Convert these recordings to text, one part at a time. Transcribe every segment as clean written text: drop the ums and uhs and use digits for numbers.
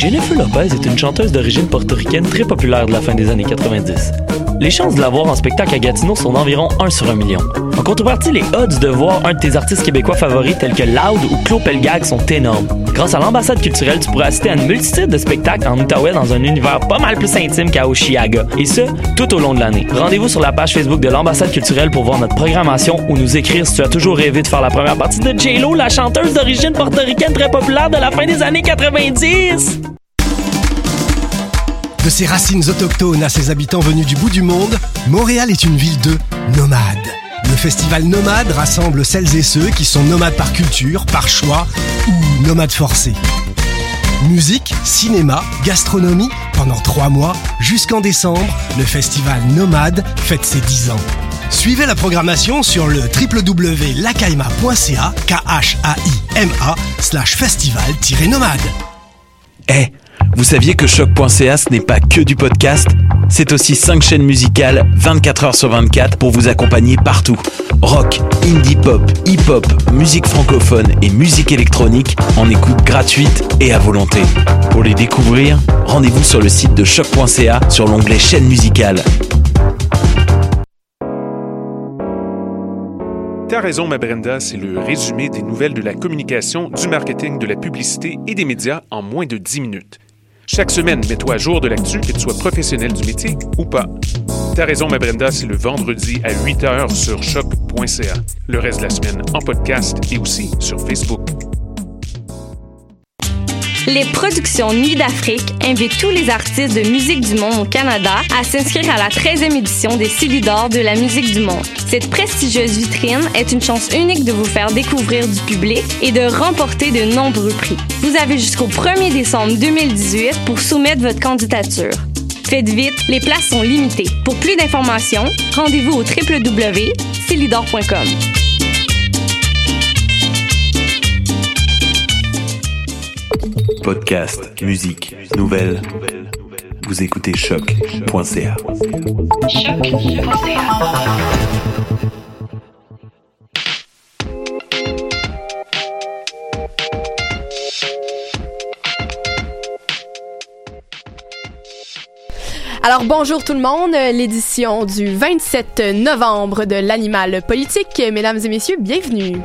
Jennifer Lopez est une chanteuse d'origine portoricaine très populaire de la fin des années 90. Les chances de la voir en spectacle à Gatineau sont d'environ 1 sur 1 million. En contrepartie, les odds de voir un de tes artistes québécois favoris tels que Loud ou Claude Pelgag sont énormes. Grâce à l'ambassade culturelle, tu pourras assister à une multitude de spectacles en Outaouais dans un univers pas mal plus intime qu'à Oshiaga. Et ce, tout au long de l'année. Rendez-vous sur la page Facebook de l'ambassade culturelle pour voir notre programmation ou nous écrire si tu as toujours rêvé de faire la première partie de J-Lo, la chanteuse d'origine portoricaine très populaire de la fin des années 90. De ses racines autochtones à ses habitants venus du bout du monde, Montréal est une ville de nomades. Le festival Nomade rassemble celles et ceux qui sont nomades par culture, par choix ou nomades forcés. Musique, cinéma, gastronomie, pendant 3 mois, jusqu'en décembre, le festival Nomade fête ses 10 ans. Suivez la programmation sur le www.lacaima.ca, KHAIMA/festival-nomade. Hey, vous saviez que Choc.ca ce n'est pas que du podcast? C'est aussi 5 chaînes musicales 24 heures sur 24 pour vous accompagner partout. Rock, indie pop, hip-hop, musique francophone et musique électronique en écoute gratuite et à volonté. Pour les découvrir, rendez-vous sur le site de Choc.ca sur l'onglet chaîne musicale. T'as raison, ma Brenda, c'est le résumé des nouvelles de la communication, du marketing, de la publicité et des médias en moins de 10 minutes. Chaque semaine, mets-toi à jour de l'actu, que tu sois professionnel du métier ou pas. T'as raison, ma Brenda, c'est le vendredi à 8h sur choc.ca. Le reste de la semaine en podcast et aussi sur Facebook. Les productions Nuit d'Afrique invitent tous les artistes de musique du monde au Canada à s'inscrire à la 13e édition des Cédilles d'or de la musique du monde. Cette prestigieuse vitrine est une chance unique de vous faire découvrir du public et de remporter de nombreux prix. Vous avez jusqu'au 1er décembre 2018 pour soumettre votre candidature. Faites vite, les places sont limitées. Pour plus d'informations, rendez-vous au www.cedillesdor.com. Podcast, musique, nouvelles. Vous écoutez Choc.ca. Alors bonjour tout le monde, l'édition du 27 novembre de l'Animal politique. Mesdames et messieurs, bienvenue.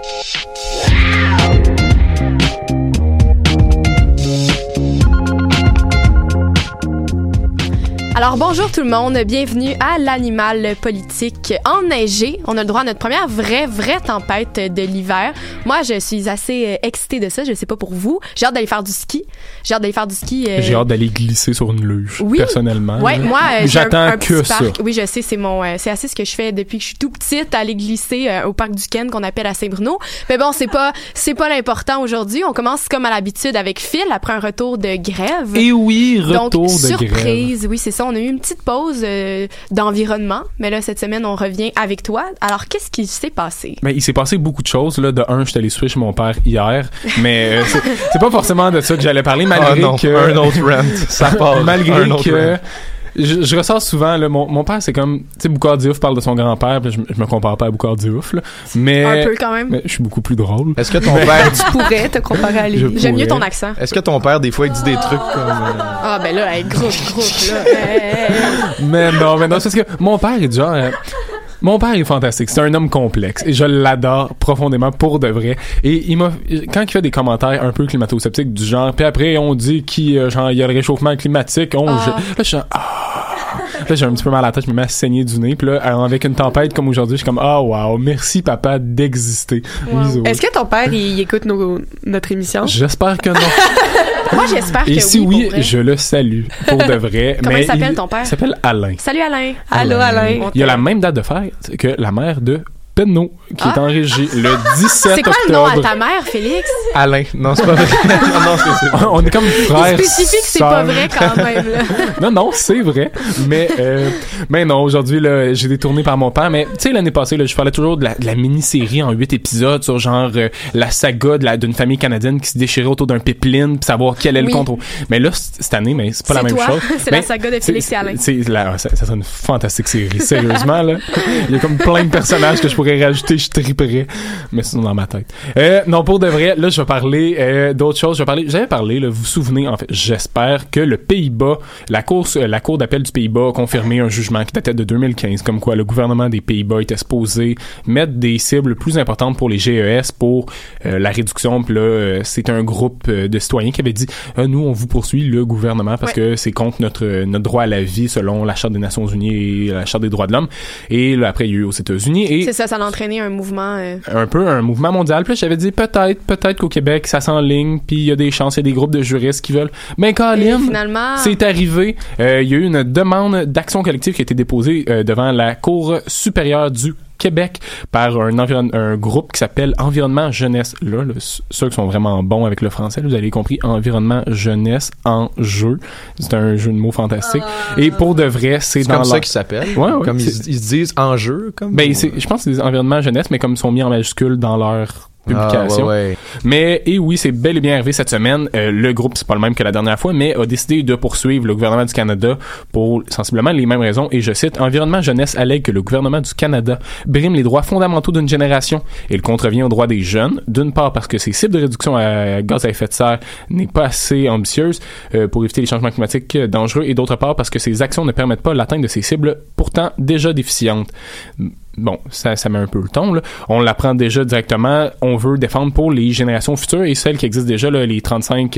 Alors bonjour tout le monde, bienvenue à l'Animal politique enneigé. On a le droit à notre première vraie tempête de l'hiver. Moi, je suis assez excitée de ça, je sais pas pour vous. J'ai hâte d'aller faire du ski. J'ai hâte d'aller glisser sur une luge, personnellement. Ouais, moi, j'attends un que ça. Parc. Oui, je sais, c'est assez ce que je fais depuis que je suis tout petite, aller glisser au parc du Ken qu'on appelle à Saint-Bruno. Mais bon, c'est pas l'important aujourd'hui. On commence comme à l'habitude avec Phil après un retour de grève. Et oui, retour donc, de surprise, grève. Oui, c'est ça. On a eu une petite pause d'environnement, mais là, cette semaine, on revient avec toi. Alors, qu'est-ce qui s'est passé? Mais il s'est passé beaucoup de choses. Là. De un, je suis allé switch mon père hier, mais c'est pas forcément de ça que j'allais parler, malgré que... un autre rant. Ça part. Malgré que... Je ressors souvent, là, mon père, c'est comme, tu sais, Boucard Diouf parle de son grand-père, puis je me compare pas à Boucard Diouf, là, mais... Un peu, quand même. Mais je suis beaucoup plus drôle. Est-ce que ton père... Tu pourrais te comparer à lui. J'aime mieux ton accent. Est-ce que ton père, des fois, il dit des trucs comme... Ah, ben là, groupe, là. Mais non, c'est parce que mon père est du genre... Mon père est fantastique. C'est un homme complexe et je l'adore profondément pour de vrai. Et quand il fait des commentaires un peu climato-sceptiques du genre, puis après on dit qu'il y a le réchauffement climatique, là je suis là j'ai un petit peu mal à la tête, je me mets à saigner du nez, puis là avec une tempête comme aujourd'hui, je suis comme wow, merci papa d'exister. Wow. Est-ce que ton père il écoute notre émission? J'espère que non. Moi, j'espère que oui. Et si oui, pour je le salue pour de vrai. Comment il s'appelle ton père? Il s'appelle Alain. Salut Alain. Allô Alain. Il a la même date de fête que la mère de Penneau, qui est en régie le 17 octobre. C'est quoi le nom à ta mère, Félix? Alain. Non, c'est pas vrai. non, c'est on est comme frères. C'est spécifique, c'est pas vrai quand même, là. non, c'est vrai. Mais non, aujourd'hui, là, j'ai détourné par mon père. Mais, tu sais, l'année passée, là, je parlais toujours de la mini-série en 8 épisodes sur genre la saga d'une famille canadienne qui se déchirait autour d'un pipeline puis savoir quel est le contrôle. Mais là, cette année, mais c'est pas la même chose. C'est la saga de Félix et Alain. Ça serait une fantastique série, sérieusement, là. Il y a comme plein de personnages que je pourrais pourrait rajouter, je triperais. Mais sinon, dans ma tête. Non, pour de vrai, là, je vais parler d'autres choses. J'avais parlé, là, vous vous souvenez, en fait, j'espère que le Pays-Bas, la Cour d'appel du Pays-Bas a confirmé un jugement qui datait de 2015, comme quoi le gouvernement des Pays-Bas était supposé mettre des cibles plus importantes pour les GES pour la réduction. Puis là, c'est un groupe de citoyens qui avait dit nous, on vous poursuit, le gouvernement, parce que c'est contre notre droit à la vie selon la Charte des Nations Unies et la Charte des droits de l'homme. Et là, après, il y a eu aux États-Unis. Et c'est ça a entraîné un mouvement... Un peu un mouvement mondial. Puis là, j'avais dit peut-être qu'au Québec, ça s'enligne, puis il y a des chances, il y a des groupes de juristes qui veulent. Ben, Colin, finalement... c'est arrivé. Il y a eu une demande d'action collective qui a été déposée devant la Cour supérieure du Québec par un groupe qui s'appelle Environnement Jeunesse. Là, ceux qui sont vraiment bons avec le français, vous avez compris, Environnement Jeunesse en jeu. C'est un jeu de mots fantastique. Et pour de vrai, c'est dans comme ça qu'ils s'appellent. Ouais, comme ils se disent en jeu. Comme ben, je pense que c'est Environnement Jeunesse, mais comme ils sont mis en majuscule dans leur publication. Ouais. Mais, et oui, c'est bel et bien arrivé cette semaine. Le groupe, c'est pas le même que la dernière fois, mais a décidé de poursuivre le gouvernement du Canada pour sensiblement les mêmes raisons. Et je cite, Environnement Jeunesse allègue que le gouvernement du Canada brime les droits fondamentaux d'une génération. Il contrevient aux droits des jeunes, d'une part parce que ses cibles de réduction à gaz à effet de serre n'est pas assez ambitieuse pour éviter les changements climatiques dangereux, et d'autre part parce que ses actions ne permettent pas l'atteinte de ces cibles pourtant déjà déficientes. Bon, ça met un peu le ton, là. On l'apprend déjà directement. On veut défendre pour les générations futures et celles qui existent déjà, là, les 35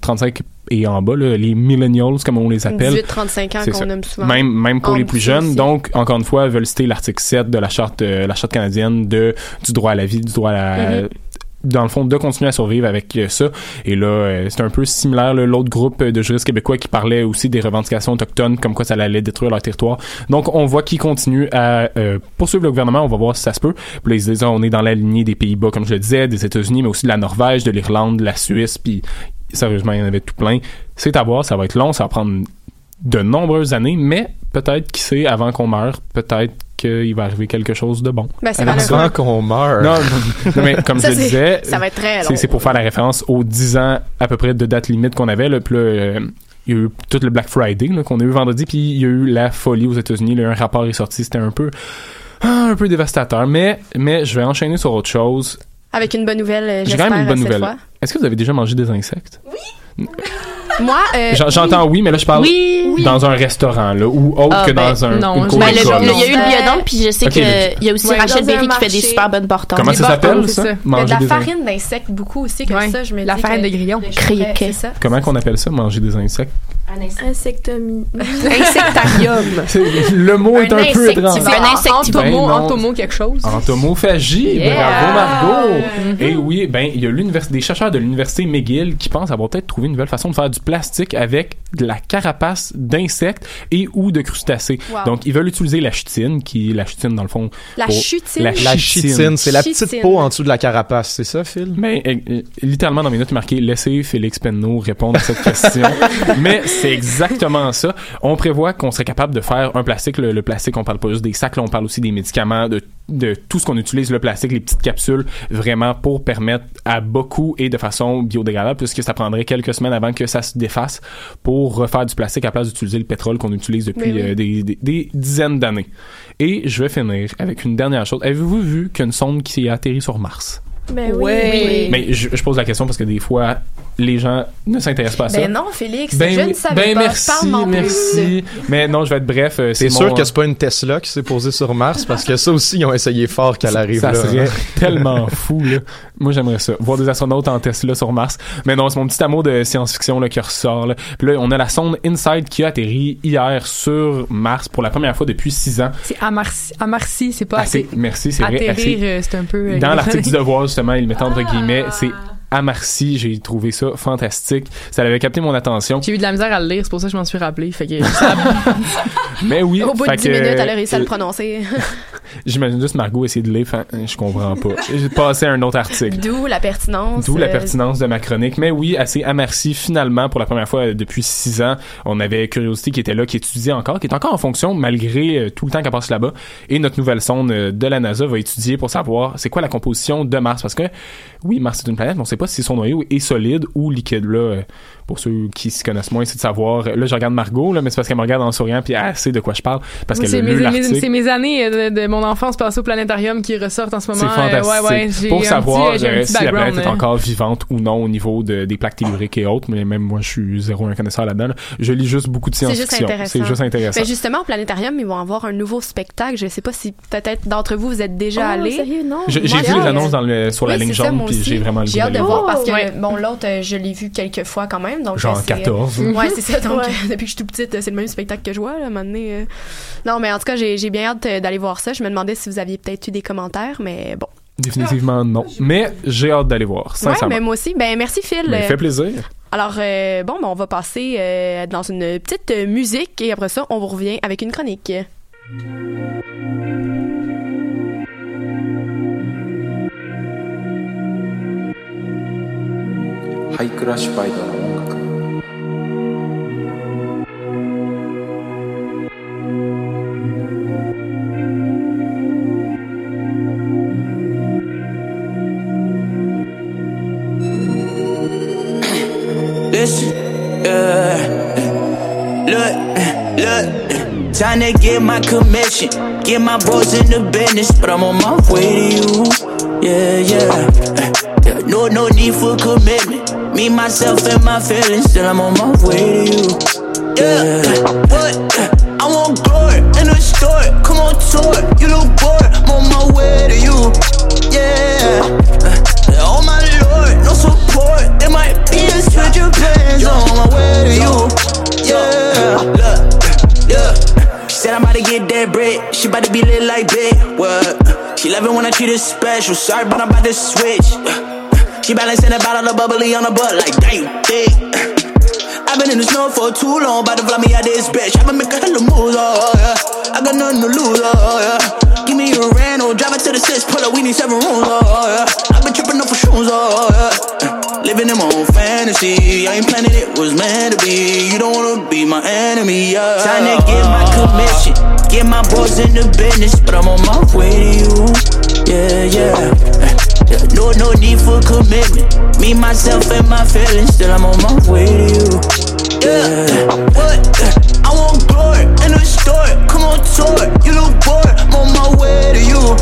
et en bas, là, les millennials, comme on les appelle. 18-35 ans qu'on nomme souvent. Même pour les plus jeunes. Aussi. Donc, encore une fois, veulent citer l'article 7 de la charte canadienne du droit à la vie, du droit à la... dans le fond, de continuer à survivre avec ça. Et là, c'est un peu similaire, là, l'autre groupe de juristes québécois qui parlait aussi des revendications autochtones, comme quoi ça allait détruire leur territoire. Donc, on voit qu'ils continuent à poursuivre le gouvernement. On va voir si ça se peut. Puis là, ils se disent, on est dans la lignée des Pays-Bas, comme je le disais, des États-Unis, mais aussi de la Norvège, de l'Irlande, de la Suisse, puis sérieusement, il y en avait tout plein. C'est à voir, ça va être long, ça va prendre de nombreuses années, mais peut-être, qui sait, avant qu'on meure, peut-être qu'il va arriver quelque chose de bon. Ben, c'est avant qu'on meurt. Non, mais comme je disais, ça va être très long. C'est pour faire la référence aux 10 ans à peu près de date limite qu'on avait, là, puis là, il y a eu tout le Black Friday là, qu'on a eu vendredi, puis il y a eu la folie aux États-Unis. Là, un rapport est sorti, c'était un peu dévastateur, mais je vais enchaîner sur autre chose. Avec une bonne nouvelle, j'ai j'espère, quand même une bonne nouvelle. Fois. Est-ce que vous avez déjà mangé des insectes? Oui! Moi, j'entends oui, mais là je parle dans un restaurant là, ou autre que dans un non, une cour il y d'école. a eu le biodôme, puis je sais qu'il y a aussi Rachel Berry qui fait des super bonnes portants. Comment ça s'appelle ça? Il y a de la farine d'insectes beaucoup aussi, comme ça, je me dis. La farine de grillon. C'est ça. Comment qu'on appelle ça, manger des insectes? Insectomie. Insectarium. Le mot est un peu étrange. Un insectivore. Entomo quelque chose. Entomophagie. Bravo, Margot. Et oui, il y a des chercheurs de l'université McGill qui pensent avoir peut-être trouvé une nouvelle façon de faire du plastique avec de la carapace d'insectes et ou de crustacés. Wow. Donc, ils veulent utiliser la chitine, la chitine, dans le fond. La chitine? La chitine, c'est la petite peau en dessous de la carapace, c'est ça, Phil? Ben, littéralement, dans mes notes, marqué « Laissez Félix Penneau répondre à cette question ». Mais c'est exactement ça. On prévoit qu'on serait capable de faire un plastique. Le plastique, on parle pas juste des sacs, là, on parle aussi des médicaments, de tout ce qu'on utilise, le plastique, les petites capsules, vraiment pour permettre à beaucoup et de façon biodégradable, puisque ça prendrait quelques semaines avant que ça se défasse pour refaire du plastique à la place d'utiliser le pétrole qu'on utilise depuis des dizaines d'années. Et je vais finir avec une dernière chose. Avez-vous vu qu'une sonde qui a atterri sur Mars? Ben oui. Mais je pose la question parce que des fois, les gens ne s'intéressent pas à ça. Ben non, Félix, je ne savais pas. Merci. Mais non, je vais être bref. C'est sûr que c'est pas une Tesla qui s'est posée sur Mars, parce que ça aussi, ils ont essayé fort qu'elle arrive là. Ça serait tellement fou, là. Moi, j'aimerais ça. Voir des astronautes en Tesla sur Mars. Mais non, c'est mon petit amour de science-fiction là, qui ressort. Là. Puis là, on a la sonde InSight qui a atterri hier sur Mars pour la première fois depuis 6 ans. C'est à Marcy, c'est pas assez. Merci, c'est vrai. Atterrir, c'est un peu... Dans l'article du Devoir, justement, ils le mettent entre guillemets, c'est à Marcy, j'ai trouvé ça fantastique. Ça avait capté mon attention. J'ai eu de la misère à le lire, c'est pour ça que je m'en suis rappelé. Fait que mais oui. Au bout de 10 minutes, elle a réussi à le prononcer. J'imagine juste Margot essayer de lire. Je comprends pas. J'ai passé à un autre article. D'où la pertinence de ma chronique. Mais oui, assez à Marcy, finalement, pour la première fois depuis 6 ans, on avait Curiosity qui était là, qui étudiait encore, qui est encore en fonction malgré tout le temps qu'elle passe là-bas. Et notre nouvelle sonde de la NASA va étudier pour savoir c'est quoi la composition de Mars. Parce que, oui, Mars c'est une planète, mais on sait pas si son noyau est solide ou liquide. Là, pour ceux qui s'y connaissent moins, c'est de savoir. Là, je regarde Margot, là, mais c'est parce qu'elle me regarde en souriant puis elle sait de quoi je parle. Parce qu'elle a lu l'article. C'est mes années de mon mon enfance passée au planétarium qui ressortent en ce moment. C'est fantastique. J'ai pour savoir j'ai un petit si la planète est background, encore vivante ou non au niveau des plaques telluriques et autres, mais même moi, je suis zéro un connaisseur là-dedans. Là. Je lis juste beaucoup de science-fiction. C'est juste intéressant. Ben justement, au planétarium, ils vont avoir un nouveau spectacle. Je sais pas si peut-être d'entre vous êtes déjà allés. Sérieux, non? J'ai vu les annonces sur la ligne jaune, puis j'ai vraiment le goût J'ai hâte de d'aller voir parce que, bon, l'autre, je l'ai vu quelques fois quand même. Donc, genre 14. Ouais, c'est ça. Donc, depuis que je suis toute petite, c'est le même spectacle que je vois, là, à un moment donné. Non, mais en tout cas, j'ai bien hâte d'aller voir ça. Je me demandais si vous aviez peut-être eu des commentaires, mais bon. Définitivement non. Mais j'ai hâte d'aller voir, sincèrement. Ouais, mais moi aussi. Ben, merci, Phil. Ça fait plaisir. Alors, on va passer dans une petite musique et après ça, on vous revient avec une chronique. Listen, look, time to get my commission, get my bros in the business, but I'm on my way to you, yeah. No need for commitment, me, myself, and my feelings, still I'm on my way to you, yeah. What? I want glory in the store, come on tour, you look bored, I'm on my way to you, yeah. Oh my lord, no support, there might be a switch of plans on my way to you, yeah. Look, she said I'm about to get that bread, she about to be lit like big, what? She love it when I treat her special, sorry but I'm about to switch. She balancing a bottle of bubbly on her butt like damn thick. I've been in the snow for too long, about to fly me out this bitch. I've been making hella moves, oh yeah. I got nothing to lose, oh yeah. Give me a Renault, drive it to the 6, pull up, we need 7 rooms, oh yeah. I've been tripping up for shoes, oh yeah. Living in my own fantasy, I ain't planning it was meant to be. You don't wanna be my enemy, yeah. Time to get my commission, get my bros in the business, but I'm on my way to you, yeah. No need for commitment, me, myself, and my feelings, still I'm on my way to you, yeah. What? I want glory in the store, come on tour, you look bored, I'm on my way to you,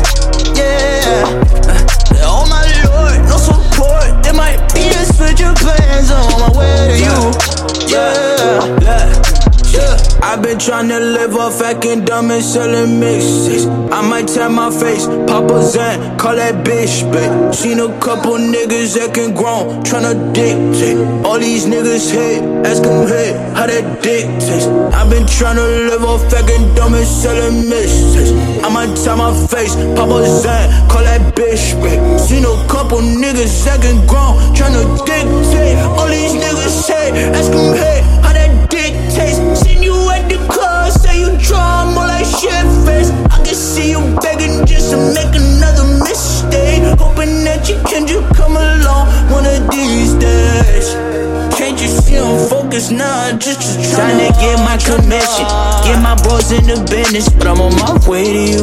yeah. Oh my lord, no support, there might be a switch of plans on my way to you, yeah. I've been tryna live off acting dumb and selling mixes. I might tap my face, Papa Zan, call that bitch, babe. Seen a couple niggas acting grown, tryna dictate. All these niggas hate, ask them hey, how that dick taste. I've been tryna live off acting dumb and selling mixes. I might tap my face, Papa Zan, call that bitch, babe. Seen a couple niggas acting grown, tryna dictate. All these niggas hate, ask them hey, how that dick taste. Seen you at the club, say you draw more like shit face. I can see you begging just to make another mistake, hoping that you can just come along one of these days. Can't you see I'm focused now, just trying to get my commission, get my bros in the business, but I'm on my way to you,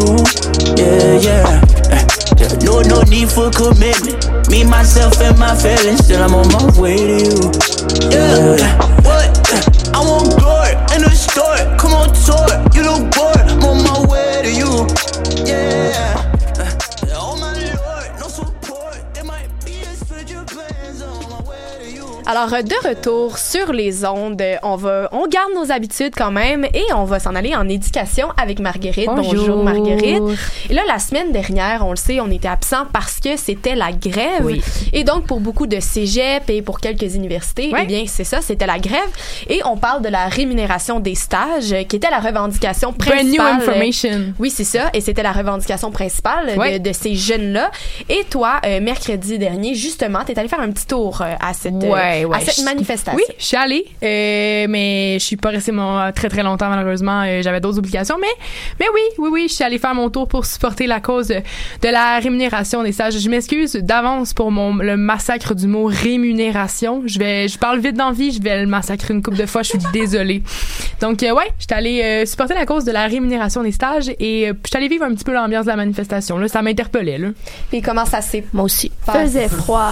yeah. No need for commitment, me, myself, and my feelings, still I'm on my way to you, yeah. What? I want glory in the store, come on tour, you look bored, I'm on my way to you, yeah. Oh my lord, no support, there might be a switch of plans on my way to you. Alors, de retour sur les ondes, on garde nos habitudes quand même et on va s'en aller en éducation avec Marguerite. Bonjour Marguerite. Et là, la semaine dernière, on le sait, on était absent parce que c'était la grève. Oui. Et donc, pour beaucoup de cégep et pour quelques universités, eh bien, c'est ça, c'était la grève. Et on parle de la rémunération des stages, qui était la revendication principale. Brand new information. Oui, c'est ça. Et c'était la revendication principale de ces jeunes-là. Et toi, mercredi dernier, justement, t'es allé faire un petit tour à cette manifestation. Oui, je suis allée, mais je suis pas restée très très longtemps malheureusement. J'avais d'autres obligations, mais oui, je suis allée faire mon tour pour supporter la cause de la rémunération des stages. Je m'excuse d'avance pour le massacre du mot rémunération. Je parle vite d'envie, je vais le massacrer une couple de fois. Je suis désolée. Donc j'étais allée supporter la cause de la rémunération des stages et j'étais allée vivre un petit peu l'ambiance de la manifestation. Là, ça m'interpellait là. Puis comment ça s'est Moi aussi. Faisait froid.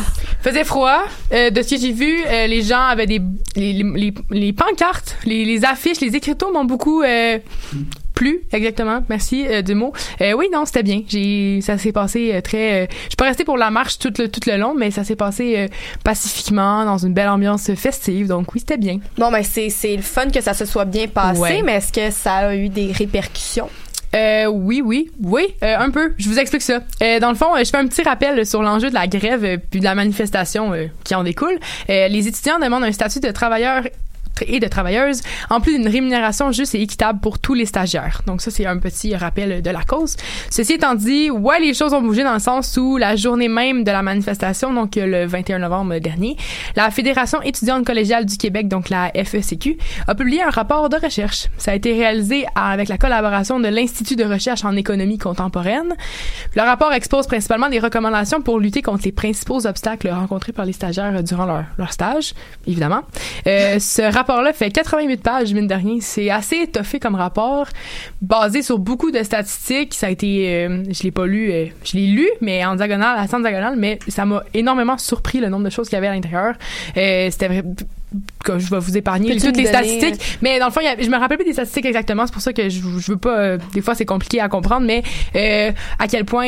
De ce que j'ai vu, les gens avaient les pancartes, les affiches, les écriteaux m'ont beaucoup Plus, exactement. Merci du mot. Oui, non, c'était bien. Ça s'est passé très... je suis pas restée pour la marche tout le long, mais ça s'est passé pacifiquement, dans une belle ambiance festive. Donc oui, c'était bien. Bon, ben c'est le fun que ça se soit bien passé, mais est-ce que ça a eu des répercussions? Oui, un peu. Je vous explique ça. Dans le fond, je fais un petit rappel sur l'enjeu de la grève puis de la manifestation qui en découle. Les étudiants demandent un statut de travailleur et de travailleuses, en plus d'une rémunération juste et équitable pour tous les stagiaires. Donc ça, c'est un petit rappel de la cause. Ceci étant dit, ouais, les choses ont bougé dans le sens où la journée même de la manifestation, donc le 21 novembre dernier, la Fédération étudiante collégiale du Québec, donc la FECQ, a publié un rapport de recherche. Ça a été réalisé avec la collaboration de l'Institut de recherche en économie contemporaine. Le rapport expose principalement des recommandations pour lutter contre les principaux obstacles rencontrés par les stagiaires durant leur stage, évidemment. Ce rapport-là fait 88 pages, mine de rien. C'est assez étoffé comme rapport, basé sur beaucoup de statistiques. Ça a été... je l'ai pas lu... je l'ai lu, mais en diagonale, à 100 diagonale, mais ça m'a énormément surpris le nombre de choses qu'il y avait à l'intérieur. C'était vrai... Je vais vous épargner toutes les statistiques, mais dans le fond, je me rappelle plus des statistiques exactement, c'est pour ça que je veux pas... des fois, c'est compliqué à comprendre, mais à quel point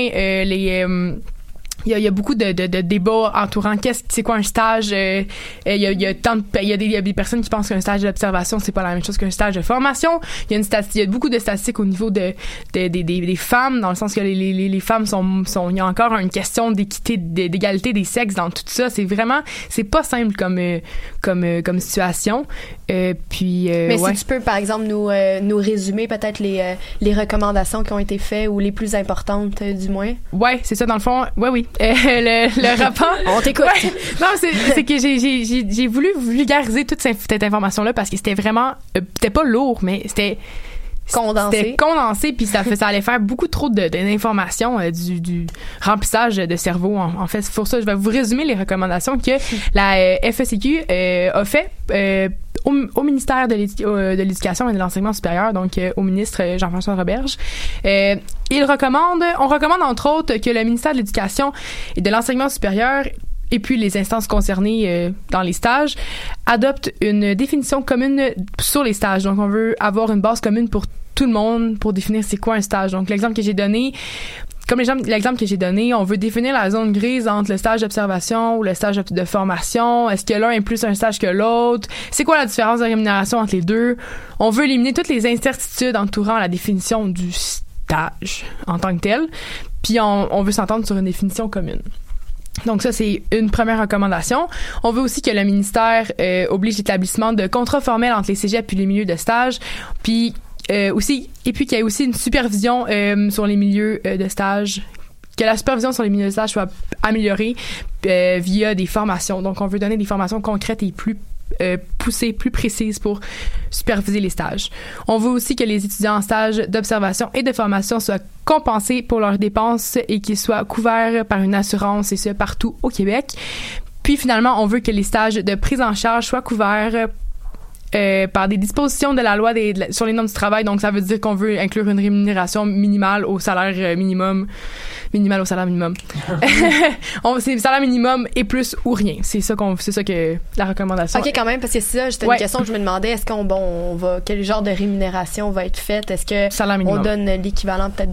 il y a beaucoup de débats entourant c'est quoi un stage. Il y a des personnes qui pensent qu'un stage d'observation c'est pas la même chose qu'un stage de formation. Il y a beaucoup de statistiques au niveau des femmes, dans le sens que les femmes il y a encore une question d'équité, d'égalité des sexes dans tout ça. C'est pas simple comme situation. Mais si tu peux par exemple nous résumer peut-être les recommandations qui ont été faites ou les plus importantes du moins. Ouais, c'est ça dans le fond. Oui. Le rapport. On t'écoute. Ouais. Non, c'est que j'ai voulu vulgariser toute cette information-là parce que c'était vraiment, c'était pas lourd, mais c'était condensé, puis ça allait faire beaucoup trop d'informations, du remplissage de cerveau. En fait, c'est pour ça je vais vous résumer les recommandations que la FECQ a fait au ministère de l'Éducation et de l'Enseignement supérieur, donc au ministre Jean-François Roberge. On recommande entre autres que le ministère de l'Éducation et de l'Enseignement supérieur et puis les instances concernées dans les stages adoptent une définition commune sur les stages. Donc, on veut avoir une base commune pour tout le monde pour définir c'est quoi un stage. Donc, l'exemple que j'ai donné, on veut définir la zone grise entre le stage d'observation ou le stage de formation. Est-ce que l'un est plus un stage que l'autre? C'est quoi la différence de rémunération entre les deux? On veut éliminer toutes les incertitudes entourant la définition du stage en tant que tel. Puis, on veut s'entendre sur une définition commune. Donc ça, c'est une première recommandation. On veut aussi que le ministère oblige l'établissement de contrats formels entre les cégeps et les milieux de stage, puis qu'il y ait aussi une supervision sur les milieux de stage, que la supervision sur les milieux de stage soit améliorée via des formations. Donc on veut donner des formations concrètes et plus poussées, plus précises pour superviser les stages. On veut aussi que les étudiants en stage d'observation et de formation soient compensés pour leurs dépenses et qu'ils soient couverts par une assurance, et ce, partout au Québec. Puis finalement, on veut que les stages de prise en charge soient couverts par des dispositions de la loi sur les normes du travail. Donc, ça veut dire qu'on veut inclure une rémunération minimale au salaire minimum. Minimale au salaire minimum. C'est le salaire minimum et plus ou rien. C'est ça que la recommandation. OK, quand même, parce que c'est ça, c'était une question que je me demandais. Est-ce quel genre de rémunération va être faite? Est-ce que on donne l'équivalent peut-être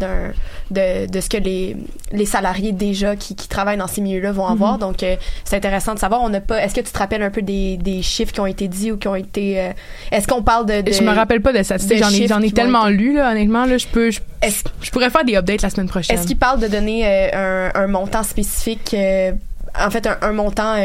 de ce que les salariés déjà qui travaillent dans ces milieux-là vont avoir? Donc, c'est intéressant de savoir. Est-ce que tu te rappelles un peu des chiffres qui ont été dits ou qui ont été... est-ce qu'on parle de je me rappelle pas de statistiques. J'en ai tellement lu, là, honnêtement. Là, je pourrais faire des updates la semaine prochaine. Est-ce qu'ils parlent de donner un montant spécifique, en fait un montant,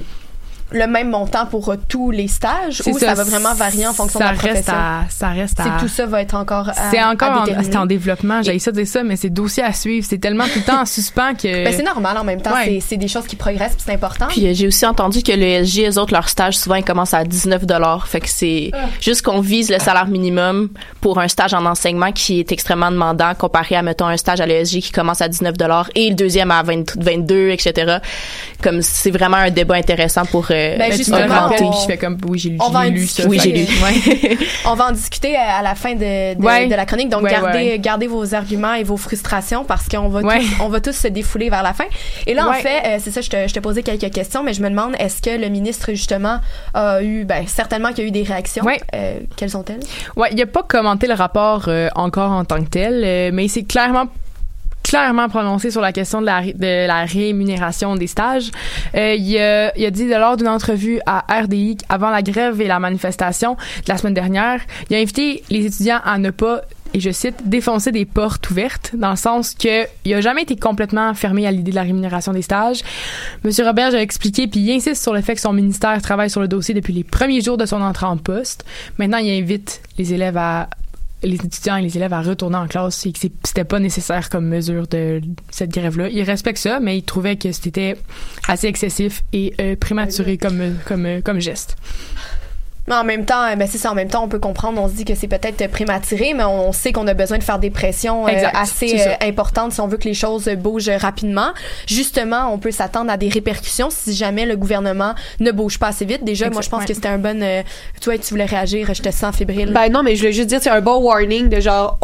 le même montant pour tous les stages, ou ça va vraiment varier en fonction de la profession? Ça reste à... C'est que tout ça va être encore c'est en développement. J'ai ça de dire ça, mais c'est dossier à suivre. C'est tellement tout le temps en suspens que... Ben, c'est normal en même temps. Ouais. C'est des choses qui progressent, puis c'est important. Puis j'ai aussi entendu que le SG, eux autres, leur stage, souvent, ils commencent à 19$. Fait que c'est juste qu'on vise le salaire minimum pour un stage en enseignement qui est extrêmement demandant comparé à, mettons, un stage à l'ESG qui commence à 19$ et le deuxième à 22, etc. Comme c'est vraiment un débat intéressant pour justement, me rappelles, puis je fais comme oui, j'ai lu ça. Oui, j'ai lu. On va en discuter à la fin de la chronique. Donc gardez vos arguments et vos frustrations parce qu'on va tous se défouler vers la fin. Et là en fait, c'est ça, je te posais quelques questions, mais je me demande, est-ce que le ministre justement a eu certainement qu'il y a eu des réactions. Quelles sont-elles? Ouais, il a pas commenté le rapport encore en tant que tel, mais il s'est clairement prononcé sur la question de la rémunération des stages. Il a dit lors d'une entrevue à RDI avant la grève et la manifestation de la semaine dernière, il a invité les étudiants à ne pas, et je cite, défoncer des portes ouvertes, dans le sens que il a jamais été complètement fermé à l'idée de la rémunération des stages. Monsieur Roberge a expliqué, puis il insiste sur le fait que son ministère travaille sur le dossier depuis les premiers jours de son entrée en poste. Maintenant, il invite les étudiants et les élèves à retourner en classe et que c'était pas nécessaire comme mesure de cette grève-là. Il respecte ça, mais il trouvait que c'était assez excessif et prématuré comme geste. Mais en même temps, c'est ça. En même temps, on peut comprendre. On se dit que c'est peut-être prématuré, mais on sait qu'on a besoin de faire des pressions assez importantes si on veut que les choses bougent rapidement. Justement, on peut s'attendre à des répercussions si jamais le gouvernement ne bouge pas assez vite. Déjà, moi, je pense que c'était un bon. Toi, tu voulais réagir. Je te sens fébrile. Non, mais je voulais juste dire, c'est un bon warning de genre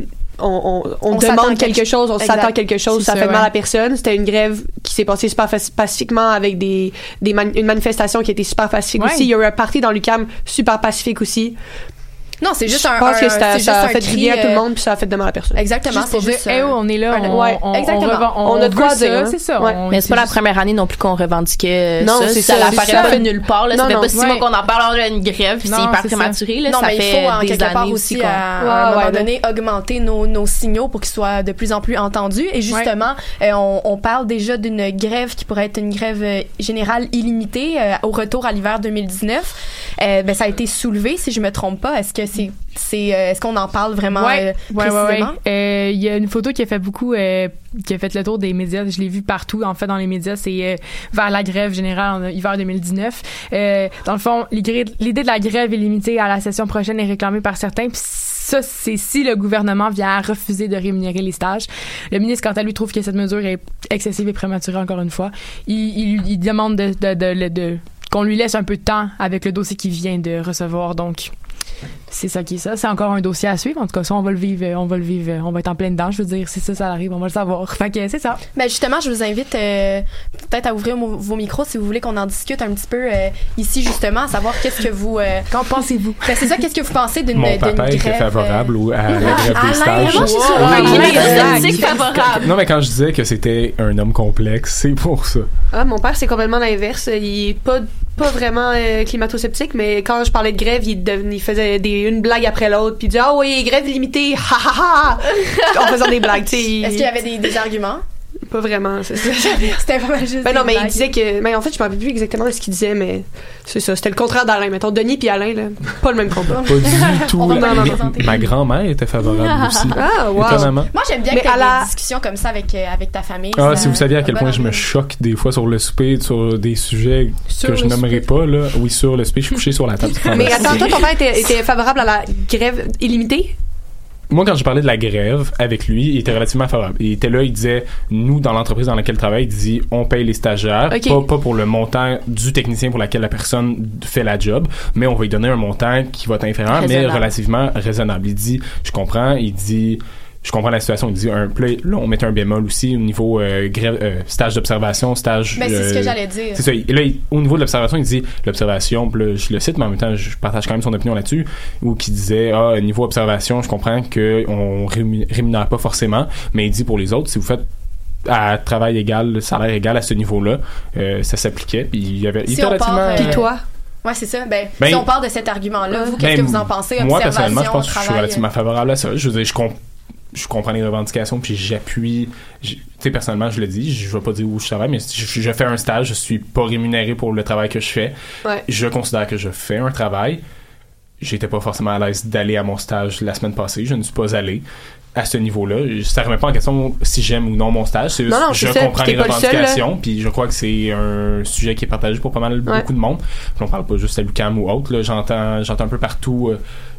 on demande quelque chose, on s'attend à quelque chose, ça fait mal à personne. C'était une grève qui s'est passée super pacifiquement avec une manifestation qui était super pacifique aussi. Il y a eu un party dans l'UQAM super pacifique aussi. Non, c'est juste je pense que ça a fait du bien à tout le monde puis ça a fait de mal à personne. Exactement. Juste pour dire, on est là, on a de quoi dire. C'est ça. Mais c'est pas la première année non plus qu'on revendiquait non, ça. Ça apparaît pas nulle part. Ça fait pas 6 mois qu'on en parle à une grève puis c'est hyper prématuré. Non, ça mais il faut en quelque part aussi à un moment donné augmenter nos signaux pour qu'ils soient de plus en plus entendus. Et justement, on parle déjà d'une grève qui pourrait être une grève générale illimitée au retour à l'hiver 2019. Ça a été soulevé, si je me trompe pas. Est-ce qu'on en parle vraiment précisément? Il y a une photo qui a fait le tour des médias. Je l'ai vu partout, en fait, dans les médias. C'est vers la grève générale en hiver 2019. Dans le fond, l'idée de la grève illimitée à la session prochaine est réclamée par certains. Puis ça, c'est si le gouvernement vient à refuser de rémunérer les stages. Le ministre, quant à lui, trouve que cette mesure est excessive et prématurée, encore une fois. Il demande qu'on lui laisse un peu de temps avec le dossier qu'il vient de recevoir. Donc, c'est ça qui est ça. C'est encore un dossier à suivre. En tout cas, ça, on va le vivre. On va être en plein dedans. Je veux dire, si ça arrive, on va le savoir. Fait que c'est ça. Justement, je vous invite peut-être à ouvrir vos micros si vous voulez qu'on en discute un petit peu ici, justement, à savoir qu'est-ce que vous... Qu'en pensez-vous? C'est ça, qu'est-ce que vous pensez d'une grève? Mon papa était favorable à la grève des stages. Non, mais quand je disais que c'était un homme complexe, c'est pour ça. Mon père, c'est complètement l'inverse. Il est pas vraiment climato-sceptique, mais quand je parlais de grève, il faisait une blague après l'autre, puis il disait « Ah oui, grève limitée, ha ha ha! » en faisant des blagues, tu sais. Est-ce qu'il y avait des arguments? Pas vraiment, c'est ça. C'était vraiment juste non, mais il disait que... Mais en fait, je me rappelle plus exactement de ce qu'il disait, mais c'est ça. C'était le contraire d'Alain. Mettons, Denis puis Alain, là, pas le même combat. Pas du tout. Ma grand-mère était favorable aussi. Ah, wow. Étonnamment. Moi, j'aime bien que tu aies des discussions comme ça avec ta famille. Si vous saviez à quel point je me choque des fois sur le souper, sur des sujets que je nommerai pas, là. Oui, sur le souper, je suis couché sur la table. Mais attends, toi, ton père était favorable à la grève illimitée? Moi, quand j'ai parlé de la grève avec lui, il était relativement favorable. Il était là, il disait, nous, dans l'entreprise dans laquelle il travaille, il dit, on paye les stagiaires, pas pour le montant du technicien pour lequel la personne fait la job, mais on va lui donner un montant qui va être inférieur, mais relativement raisonnable. Il dit, je comprends la situation. Il dit là, on met un bémol aussi au niveau stage d'observation, stage. Mais c'est ce que j'allais dire. C'est ça. Là, au niveau de l'observation, il dit l'observation. Là, je le cite, mais en même temps, je partage quand même son opinion là-dessus, où qui disait niveau observation, je comprends que on rémunère pas forcément, mais il dit pour les autres, si vous faites à travail égal, salaire égal à ce niveau-là, ça s'appliquait. Puis il était relativement. Puis toi. Ouais, c'est ça. Si on part de cet argument-là, vous, qu'est-ce que vous en pensez? Moi, personnellement, je pense que je suis relativement favorable à ça. Je veux dire, je comprends les revendications puis j'appuie. Tu sais, personnellement, je le dis, je vais pas dire où je travaille, mais je fais un stage, je suis pas rémunéré pour le travail que je fais. Ouais. Je considère que je fais un travail. J'étais pas forcément à l'aise d'aller à mon stage la semaine passée. Je ne suis pas allé à ce niveau-là. Ça remet pas en question si j'aime ou non mon stage. C'est juste, je comprends les revendications, puis je crois que c'est un sujet qui est partagé pour pas mal beaucoup de monde. Puis on parle pas juste à l'UQAM ou autre. Là, j'entends un peu partout.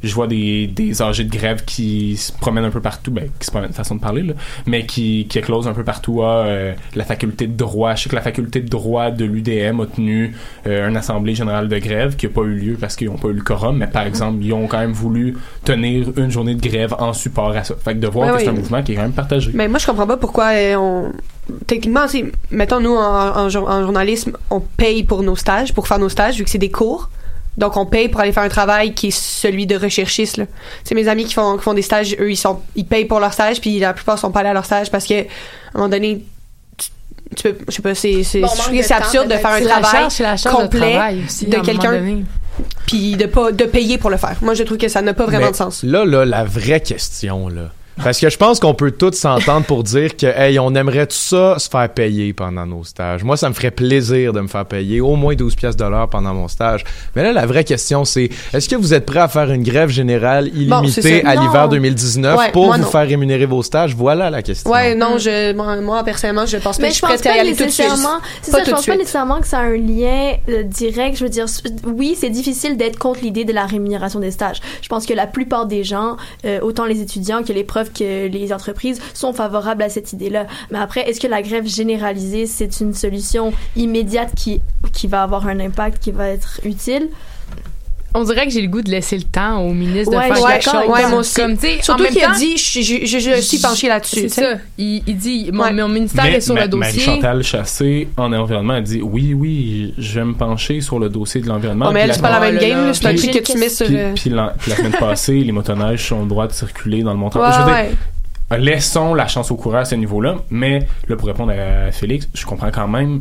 je vois des âgés de grève qui se promènent un peu partout, qui se promènent, façon de parler, là, mais qui éclosent un peu partout à la faculté de droit. Je sais que la faculté de droit de l'UDM a tenu une assemblée générale de grève qui n'a pas eu lieu parce qu'ils n'ont pas eu le quorum, mais par exemple, ils ont quand même voulu tenir une journée de grève en support à ça. Fait que de voir que c'est un mouvement qui est quand même partagé. Mais moi, je comprends pas pourquoi techniquement, mettons, nous, en journalisme, on paye pour nos stages, pour faire nos stages, vu que c'est des cours. Donc, on paye pour aller faire un travail qui est celui de recherchiste, là. Tu sais, mes amis qui font des stages, eux, ils payent pour leur stage, puis la plupart sont pas allés à leur stage parce que, à un moment donné, tu peux, je sais pas, c'est absurde de faire un travail complet de quelqu'un, puis de payer pour le faire. Moi, je trouve que ça n'a pas vraiment de sens. Là, la vraie question, là. Parce que je pense qu'on peut tous s'entendre pour dire que, hey, on aimerait tout ça se faire payer pendant nos stages. Moi, ça me ferait plaisir de me faire payer au moins 12 piastres de l'heure pendant mon stage. Mais là, la vraie question, c'est, est-ce que vous êtes prêts à faire une grève générale illimitée à l'hiver 2019 pour vous faire rémunérer vos stages? Voilà la question. Ouais, non, moi, personnellement, je pense pas que je suis prête à y aller tout de suite. Je pense pas nécessairement que ça a un lien direct. Je veux dire, oui, c'est difficile d'être contre l'idée de la rémunération des stages. Je pense que la plupart des gens, autant les étudiants que les profs que les entreprises sont favorables à cette idée-là. Mais après, est-ce que la grève généralisée, c'est une solution immédiate qui va avoir un impact, qui va être utile? On dirait que j'ai le goût de laisser le temps au ministre de faire quelque chose. Ouais, moi aussi. Comme, surtout qu'il a dit, je suis penchée là-dessus. C'est ça. Il dit, mon ministère est sur le dossier. Marie-Chantal Chassé, en environnement, a dit, oui, je vais me pencher sur le dossier de l'environnement. Mais elle, c'est pas la même game, c'est un truc que tu mets sur... Puis la semaine passée, les motoneiges ont le droit de circuler dans le montant. Je veux dire, laissons la chance au coureur à ce niveau-là, mais là, pour répondre à Félix, je comprends quand même...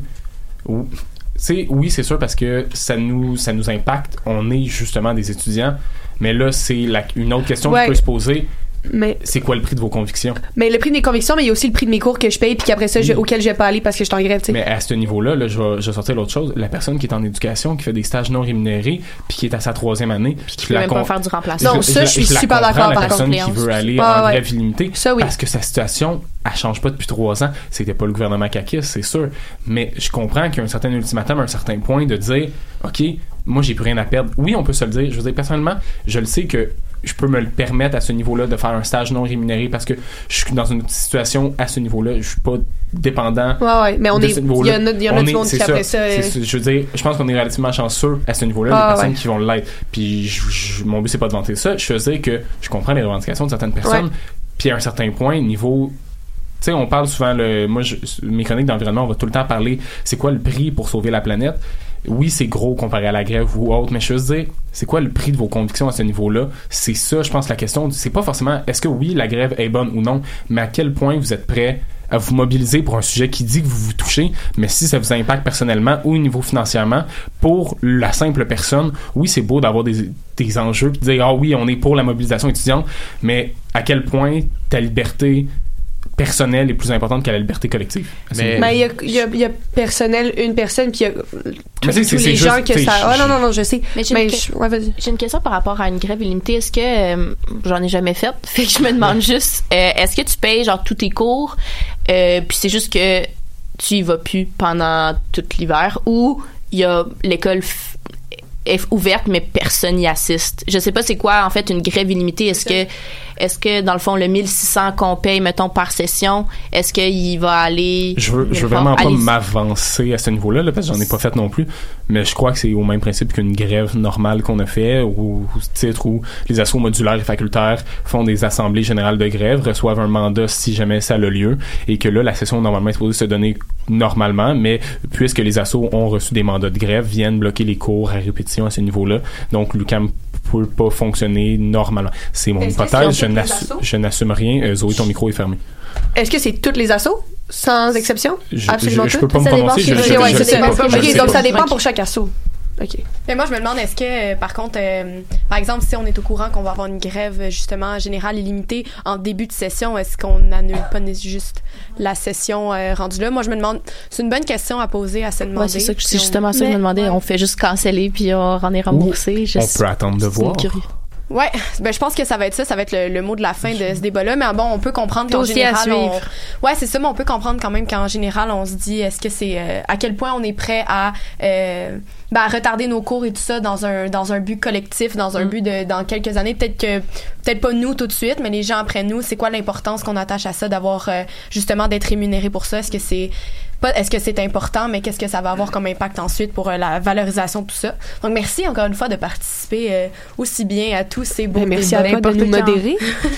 Oui, c'est sûr, parce que ça nous impacte. On est justement des étudiants, mais là, c'est une autre question qui peut se poser. Mais c'est quoi le prix de vos convictions? Mais le prix de mes convictions, mais il y a aussi le prix de mes cours que je paye, puis qu'après ça, auquel je vais pas aller parce que je suis en grève, tu sais. Mais à ce niveau-là, là, je vais sortir l'autre chose. La personne qui est en éducation, qui fait des stages non rémunérés, puis qui est à sa 3e année, puis qui peut même pas faire du remplacement. Non, ça, je suis super d'accord. La personne qui veut aller en grève illimitée, parce que sa situation, elle change pas depuis 3 ans. C'était pas le gouvernement caquiste, c'est sûr. Mais je comprends qu'il y a un certain ultimatum, un certain point de dire, OK, moi, j'ai plus rien à perdre. Oui, on peut se le dire. Je veux dire, personnellement, je le sais que je peux me le permettre à ce niveau-là de faire un stage non rémunéré parce que je suis dans une situation à ce niveau-là. Je suis pas dépendant. Ouais, mais il y en a du monde qui après ça. Je veux dire, je pense qu'on est relativement chanceux à ce niveau-là, les personnes qui vont l'être. Puis mon but, c'est pas de vanter ça. Je veux dire que je comprends les revendications de certaines personnes. Puis à un certain point, niveau... Tu sais, on parle souvent, mes chroniques d'environnement, on va tout le temps parler, c'est quoi le prix pour sauver la planète? Oui, c'est gros comparé à la grève ou autre, mais je veux dire, c'est quoi le prix de vos convictions à ce niveau-là? C'est ça, je pense, la question. C'est pas forcément, est-ce que oui, la grève est bonne ou non, mais à quel point vous êtes prêt à vous mobiliser pour un sujet qui dit que vous vous touchez, mais si ça vous impacte personnellement ou au niveau financièrement, pour la simple personne, oui, c'est beau d'avoir des enjeux, puis de dire, ah oui, on est pour la mobilisation étudiante, mais à quel point ta liberté personnelle est plus importante que la liberté collective. Mais il y a personnel, une personne, puis il y a tous les gens que ça... non, je sais. Mais j'ai une question par rapport à une grève illimitée. Est-ce que... j'en ai jamais fait, fait que je me demande juste, est-ce que tu payes genre tous tes cours, puis c'est juste que tu y vas plus pendant tout l'hiver, ou il y a l'école est ouverte, mais personne n'y assiste. Je sais pas c'est quoi, en fait, une grève illimitée. Est-ce que, dans le fond, le 1600 qu'on paye, mettons, par session, est-ce qu'il va aller... Je veux vraiment pas m'avancer à ce niveau-là, parce que j'en ai pas fait non plus, mais je crois que c'est au même principe qu'une grève normale qu'on a fait, au titre où les assos modulaires et facultaires font des assemblées générales de grève, reçoivent un mandat si jamais ça a lieu, et que là, la session normalement est supposée se donner normalement, mais puisque les assos ont reçu des mandats de grève, viennent bloquer les cours à répétition à ce niveau-là. Donc, l'UQAM peut pas fonctionner normalement. C'est mon hypothèse. Je n'assume rien. Zoé, ton micro est fermé. Est-ce que c'est toutes les assos, sans exception? Absolument je peux pas me prononcer. Donc, ça dépend pour chaque asso. OK. Mais moi, je me demande, est-ce que, par contre, par exemple, si on est au courant qu'on va avoir une grève, justement, générale illimitée en début de session, est-ce qu'on n'annule pas juste la session rendue là? Moi, je me demande, c'est une bonne question à poser, à se demander. Ouais, c'est justement ça que je me demandais. On fait juste canceller, puis on est remboursé. On peut attendre de voir. Ouais, je pense que ça va être le mot de la fin de ce débat-là, mais bon, on peut comprendre qu'en général, ouais, c'est ça, mais on peut comprendre quand même qu'en général, on se dit, est-ce que c'est, à quel point on est prêt à retarder nos cours et tout ça dans un but collectif, dans un but dans quelques années, peut-être pas nous tout de suite, mais les gens après nous, c'est quoi l'importance qu'on attache à ça, d'avoir justement d'être rémunéré pour ça? Est-ce que c'est important, mais qu'est-ce que ça va avoir comme impact ensuite pour la valorisation de tout ça? Donc, merci encore une fois de participer aussi bien à tous ces beaux débats. Merci à toi de nous modérer.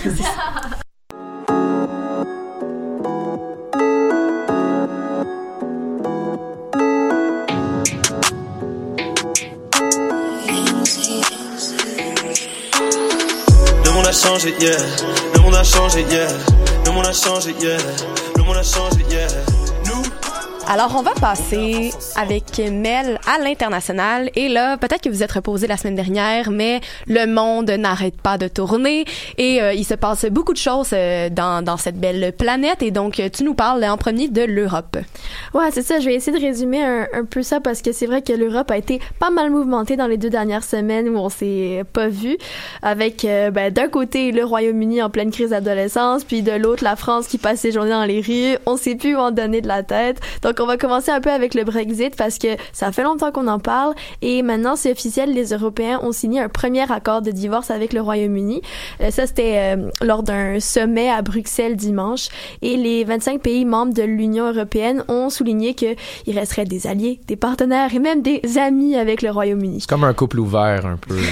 Le monde a changé, yeah. Le monde a changé, yeah. Le monde a changé, yeah. Le monde a changé, yeah. Alors, on va passer avec Mel à l'international. Et là, peut-être que vous êtes reposé la semaine dernière, mais le monde n'arrête pas de tourner et il se passe beaucoup de choses dans cette belle planète. Et donc, tu nous parles en premier de l'Europe. Ouais, c'est ça. Je vais essayer de résumer un peu ça parce que c'est vrai que l'Europe a été pas mal mouvementée dans les 2 dernières semaines où on s'est pas vu. Avec, d'un côté, le Royaume-Uni en pleine crise d'adolescence, puis de l'autre, la France qui passe ses journées dans les rues. On sait plus où en donner de la tête. Donc, on va commencer un peu avec le Brexit parce que ça fait longtemps qu'on en parle et maintenant c'est officiel, les Européens ont signé un premier accord de divorce avec le Royaume-Uni. Ça c'était lors d'un sommet à Bruxelles dimanche et les 25 pays membres de l'Union européenne ont souligné qu'il resterait des alliés, des partenaires et même des amis avec le Royaume-Uni. C'est comme un couple ouvert un peu.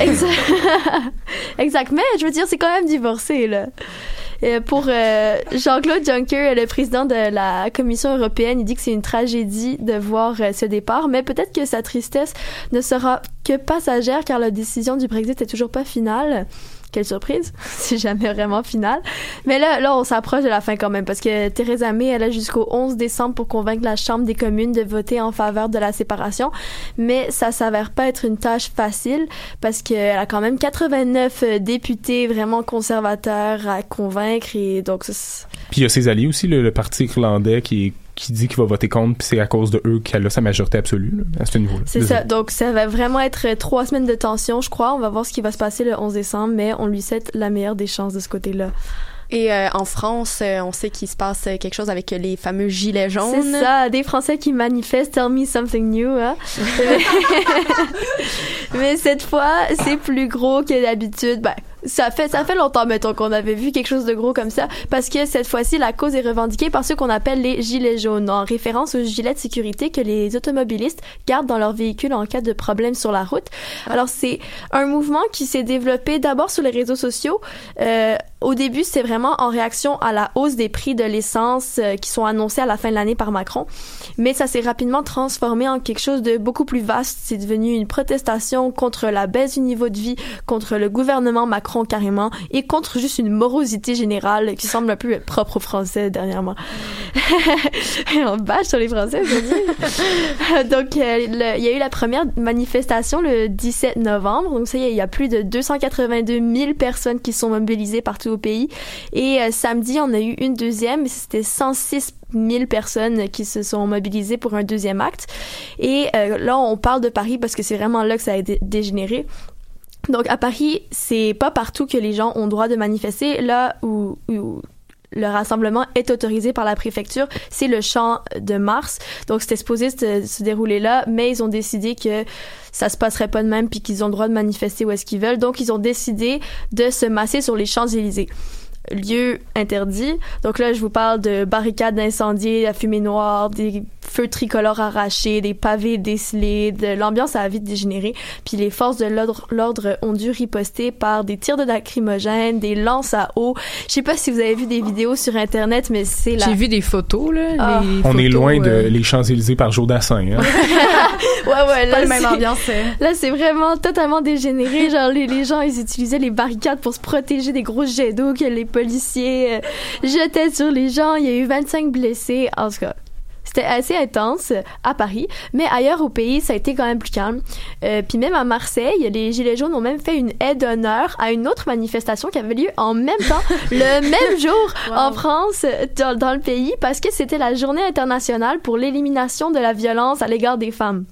Exact, mais je veux dire c'est quand même divorcé là. Pour Jean-Claude Juncker, le président de la Commission européenne, il dit que c'est une tragédie de voir ce départ, mais peut-être que sa tristesse ne sera que passagère car la décision du Brexit est toujours pas finale. Quelle surprise, c'est jamais vraiment final. Mais là, on s'approche de la fin quand même parce que Theresa May, elle a jusqu'au 11 décembre pour convaincre la Chambre des communes de voter en faveur de la séparation. Mais ça s'avère pas être une tâche facile parce qu'elle a quand même 89 députés vraiment conservateurs à convaincre et donc... Puis il y a ses alliés aussi, le Parti irlandais qui dit qu'il va voter contre, puis c'est à cause de eux qu'elle a sa majorité absolue là, à ce niveau-là. C'est ça. Donc, ça va vraiment être 3 semaines de tension, je crois. On va voir ce qui va se passer le 11 décembre, mais on lui souhaite la meilleure des chances de ce côté-là. Et en France, on sait qu'il se passe quelque chose avec les fameux gilets jaunes. C'est ça, des Français qui manifestent « Tell me something new hein? ». Mais cette fois, c'est plus gros que d'habitude. Ça fait longtemps, mettons, qu'on avait vu quelque chose de gros comme ça, parce que cette fois-ci, la cause est revendiquée par ceux qu'on appelle les gilets jaunes, en référence aux gilets de sécurité que les automobilistes gardent dans leur véhicule en cas de problème sur la route. Alors, c'est un mouvement qui s'est développé d'abord sur les réseaux sociaux. Au début, c'est vraiment en réaction à la hausse des prix de l'essence qui sont annoncés à la fin de l'année par Macron. Mais ça s'est rapidement transformé en quelque chose de beaucoup plus vaste. C'est devenu une protestation contre la baisse du niveau de vie, contre le gouvernement Macron carrément, et contre juste une morosité générale qui semble un peu propre aux Français dernièrement. On bâche sur les Français aujourd'hui. Donc, il y a eu la première manifestation le 17 novembre. Donc, ça y est, il y a plus de 282 000 personnes qui sont mobilisées partout au pays. Et samedi, on a eu une deuxième. C'était 106 000 personnes qui se sont mobilisées pour un deuxième acte. Et là, on parle de Paris parce que c'est vraiment là que ça a dégénéré. Donc, à Paris, c'est pas partout que les gens ont droit de manifester. Là où le rassemblement est autorisé par la préfecture, c'est le Champ de Mars. Donc, c'était supposé se dérouler là, mais ils ont décidé que ça se passerait pas de même puis qu'ils ont le droit de manifester où est-ce qu'ils veulent. Donc, ils ont décidé de se masser sur les Champs-Élysées. Lieu interdit. Donc là, je vous parle de barricades incendiées, la fumée noire, des feux tricolores arrachés, des pavés décelés, de l'ambiance a vite dégénéré. Puis les forces de l'ordre ont dû riposter par des tirs de lacrymogènes, des lances à eau. Je sais pas si vous avez vu des vidéos sur Internet, mais c'est là. J'ai vu des photos, là. Ah. On est loin de les Champs-Élysées par Jodassin, hein. ouais, là, pas la même ambiance. Là, c'est vraiment totalement dégénéré. Genre, les gens, ils utilisaient les barricades pour se protéger des gros jets d'eau que les policiers jetaient sur les gens. Il y a eu 25 blessés. En tout cas, c'était assez intense à Paris, mais ailleurs au pays, ça a été quand même plus calme. Puis même à Marseille, les Gilets jaunes ont même fait une aide d'honneur à une autre manifestation qui avait lieu en même temps, le même jour en France, dans le pays, parce que c'était la Journée internationale pour l'élimination de la violence à l'égard des femmes.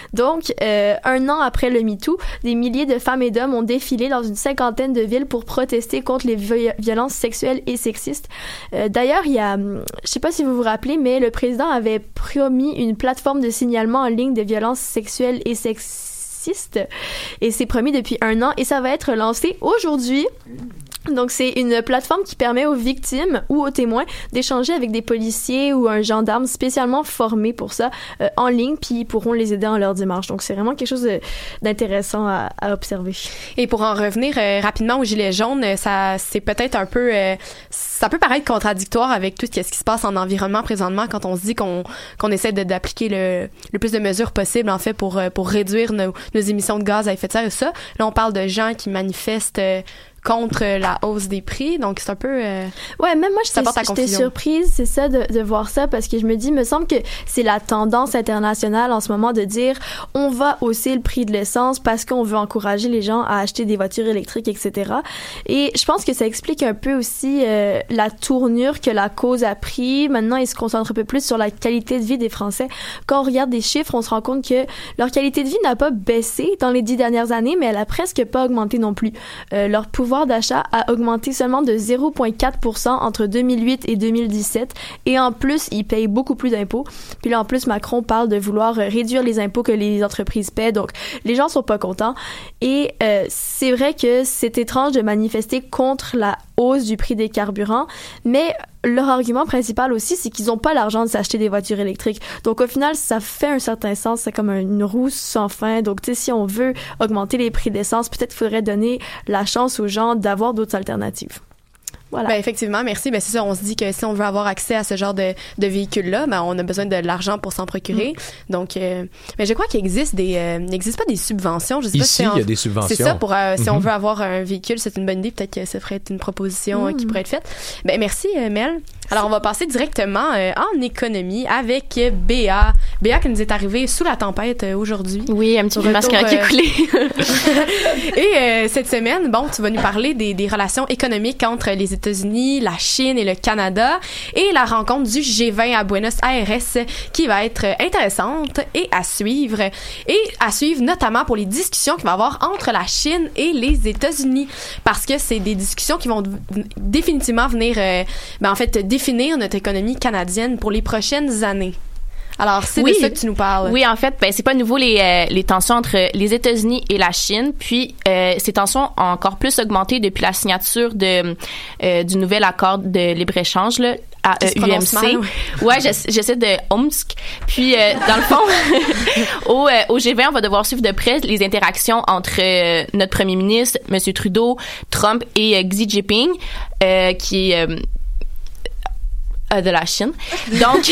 Donc, 1 an après le MeToo, des milliers de femmes et d'hommes ont défilé dans une 50aine de villes pour protester contre les violences sexuelles et sexistes. D'ailleurs, il y a, je sais pas si vous vous rappelez, mais le président avait promis une plateforme de signalement en ligne de violences sexuelles et sexistes, et c'est promis depuis 1 an, et ça va être lancé aujourd'hui. Donc, c'est une plateforme qui permet aux victimes ou aux témoins d'échanger avec des policiers ou un gendarme spécialement formé pour ça en ligne, puis ils pourront les aider dans leur démarche. Donc, c'est vraiment quelque chose d'intéressant à observer. Et pour en revenir rapidement aux Gilets jaunes, ça c'est peut-être un peu... ça peut paraître contradictoire avec tout ce qui se passe en environnement présentement quand on se dit qu'on essaie d'appliquer le plus de mesures possibles, en fait, pour réduire nos émissions de gaz à effet de serre et ça. Là, on parle de gens qui manifestent contre la hausse des prix, donc c'est un peu ouais, même moi j'étais surprise, c'est ça, de voir ça, parce que je me dis, me semble que c'est la tendance internationale en ce moment de dire on va hausser le prix de l'essence parce qu'on veut encourager les gens à acheter des voitures électriques, etc. Et je pense que ça explique un peu aussi la tournure que la cause a pris. Maintenant, ils se concentrent un peu plus sur la qualité de vie des Français. Quand on regarde des chiffres, on se rend compte que leur qualité de vie n'a pas baissé dans les 10 dernières années, mais elle a presque pas augmenté non plus. Leur pouvoir d'achat a augmenté seulement de 0,4% entre 2008 et 2017, et en plus, ils payent beaucoup plus d'impôts. Puis là, en plus, Macron parle de vouloir réduire les impôts que les entreprises paient, donc les gens sont pas contents. Et c'est vrai que c'est étrange de manifester contre la hausse du prix des carburants, mais leur argument principal aussi, c'est qu'ils n'ont pas l'argent de s'acheter des voitures électriques. Donc, au final, ça fait un certain sens. C'est comme une roue sans fin. Donc, tu sais, si on veut augmenter les prix d'essence, peut-être qu'il faudrait donner la chance aux gens d'avoir d'autres alternatives. Voilà. Ben effectivement, merci. Ben c'est ça, on se dit que si on veut avoir accès à ce genre de véhicules-là, ben on a besoin de l'argent pour s'en procurer. Donc, mais je crois qu'il existe n'existe pas des subventions. Je sais Ici, pas si il y a des subventions. C'est ça, pour si on veut avoir un véhicule, c'est une bonne idée. Peut-être que ça ferait une proposition qui pourrait être faite. Ben merci, Mel. Alors, on va passer directement en économie avec Béa. Béa qui nous est arrivée sous la tempête aujourd'hui. Oui, un petit peu mascara qui a coulé. Et cette semaine, bon, tu vas nous parler des relations économiques entre les États-Unis, la Chine et le Canada, et la rencontre du G20 à Buenos Aires qui va être intéressante et à suivre notamment pour les discussions qu'il va y avoir entre la Chine et les États-Unis, parce que c'est des discussions qui vont définitivement venir en fait définir notre économie canadienne pour les prochaines années. Alors, c'est de ça que tu nous parles. Oui, en fait, c'est pas nouveau les tensions entre les États-Unis et la Chine. Puis, ces tensions ont encore plus augmenté depuis la signature du nouvel accord de libre-échange, là, à UMC. Ouais, j'essaie de Omsk. Puis, dans le fond, au G20, on va devoir suivre de près les interactions entre notre premier ministre, M. Trudeau, Trump et Xi Jinping, qui est de la Chine. Donc,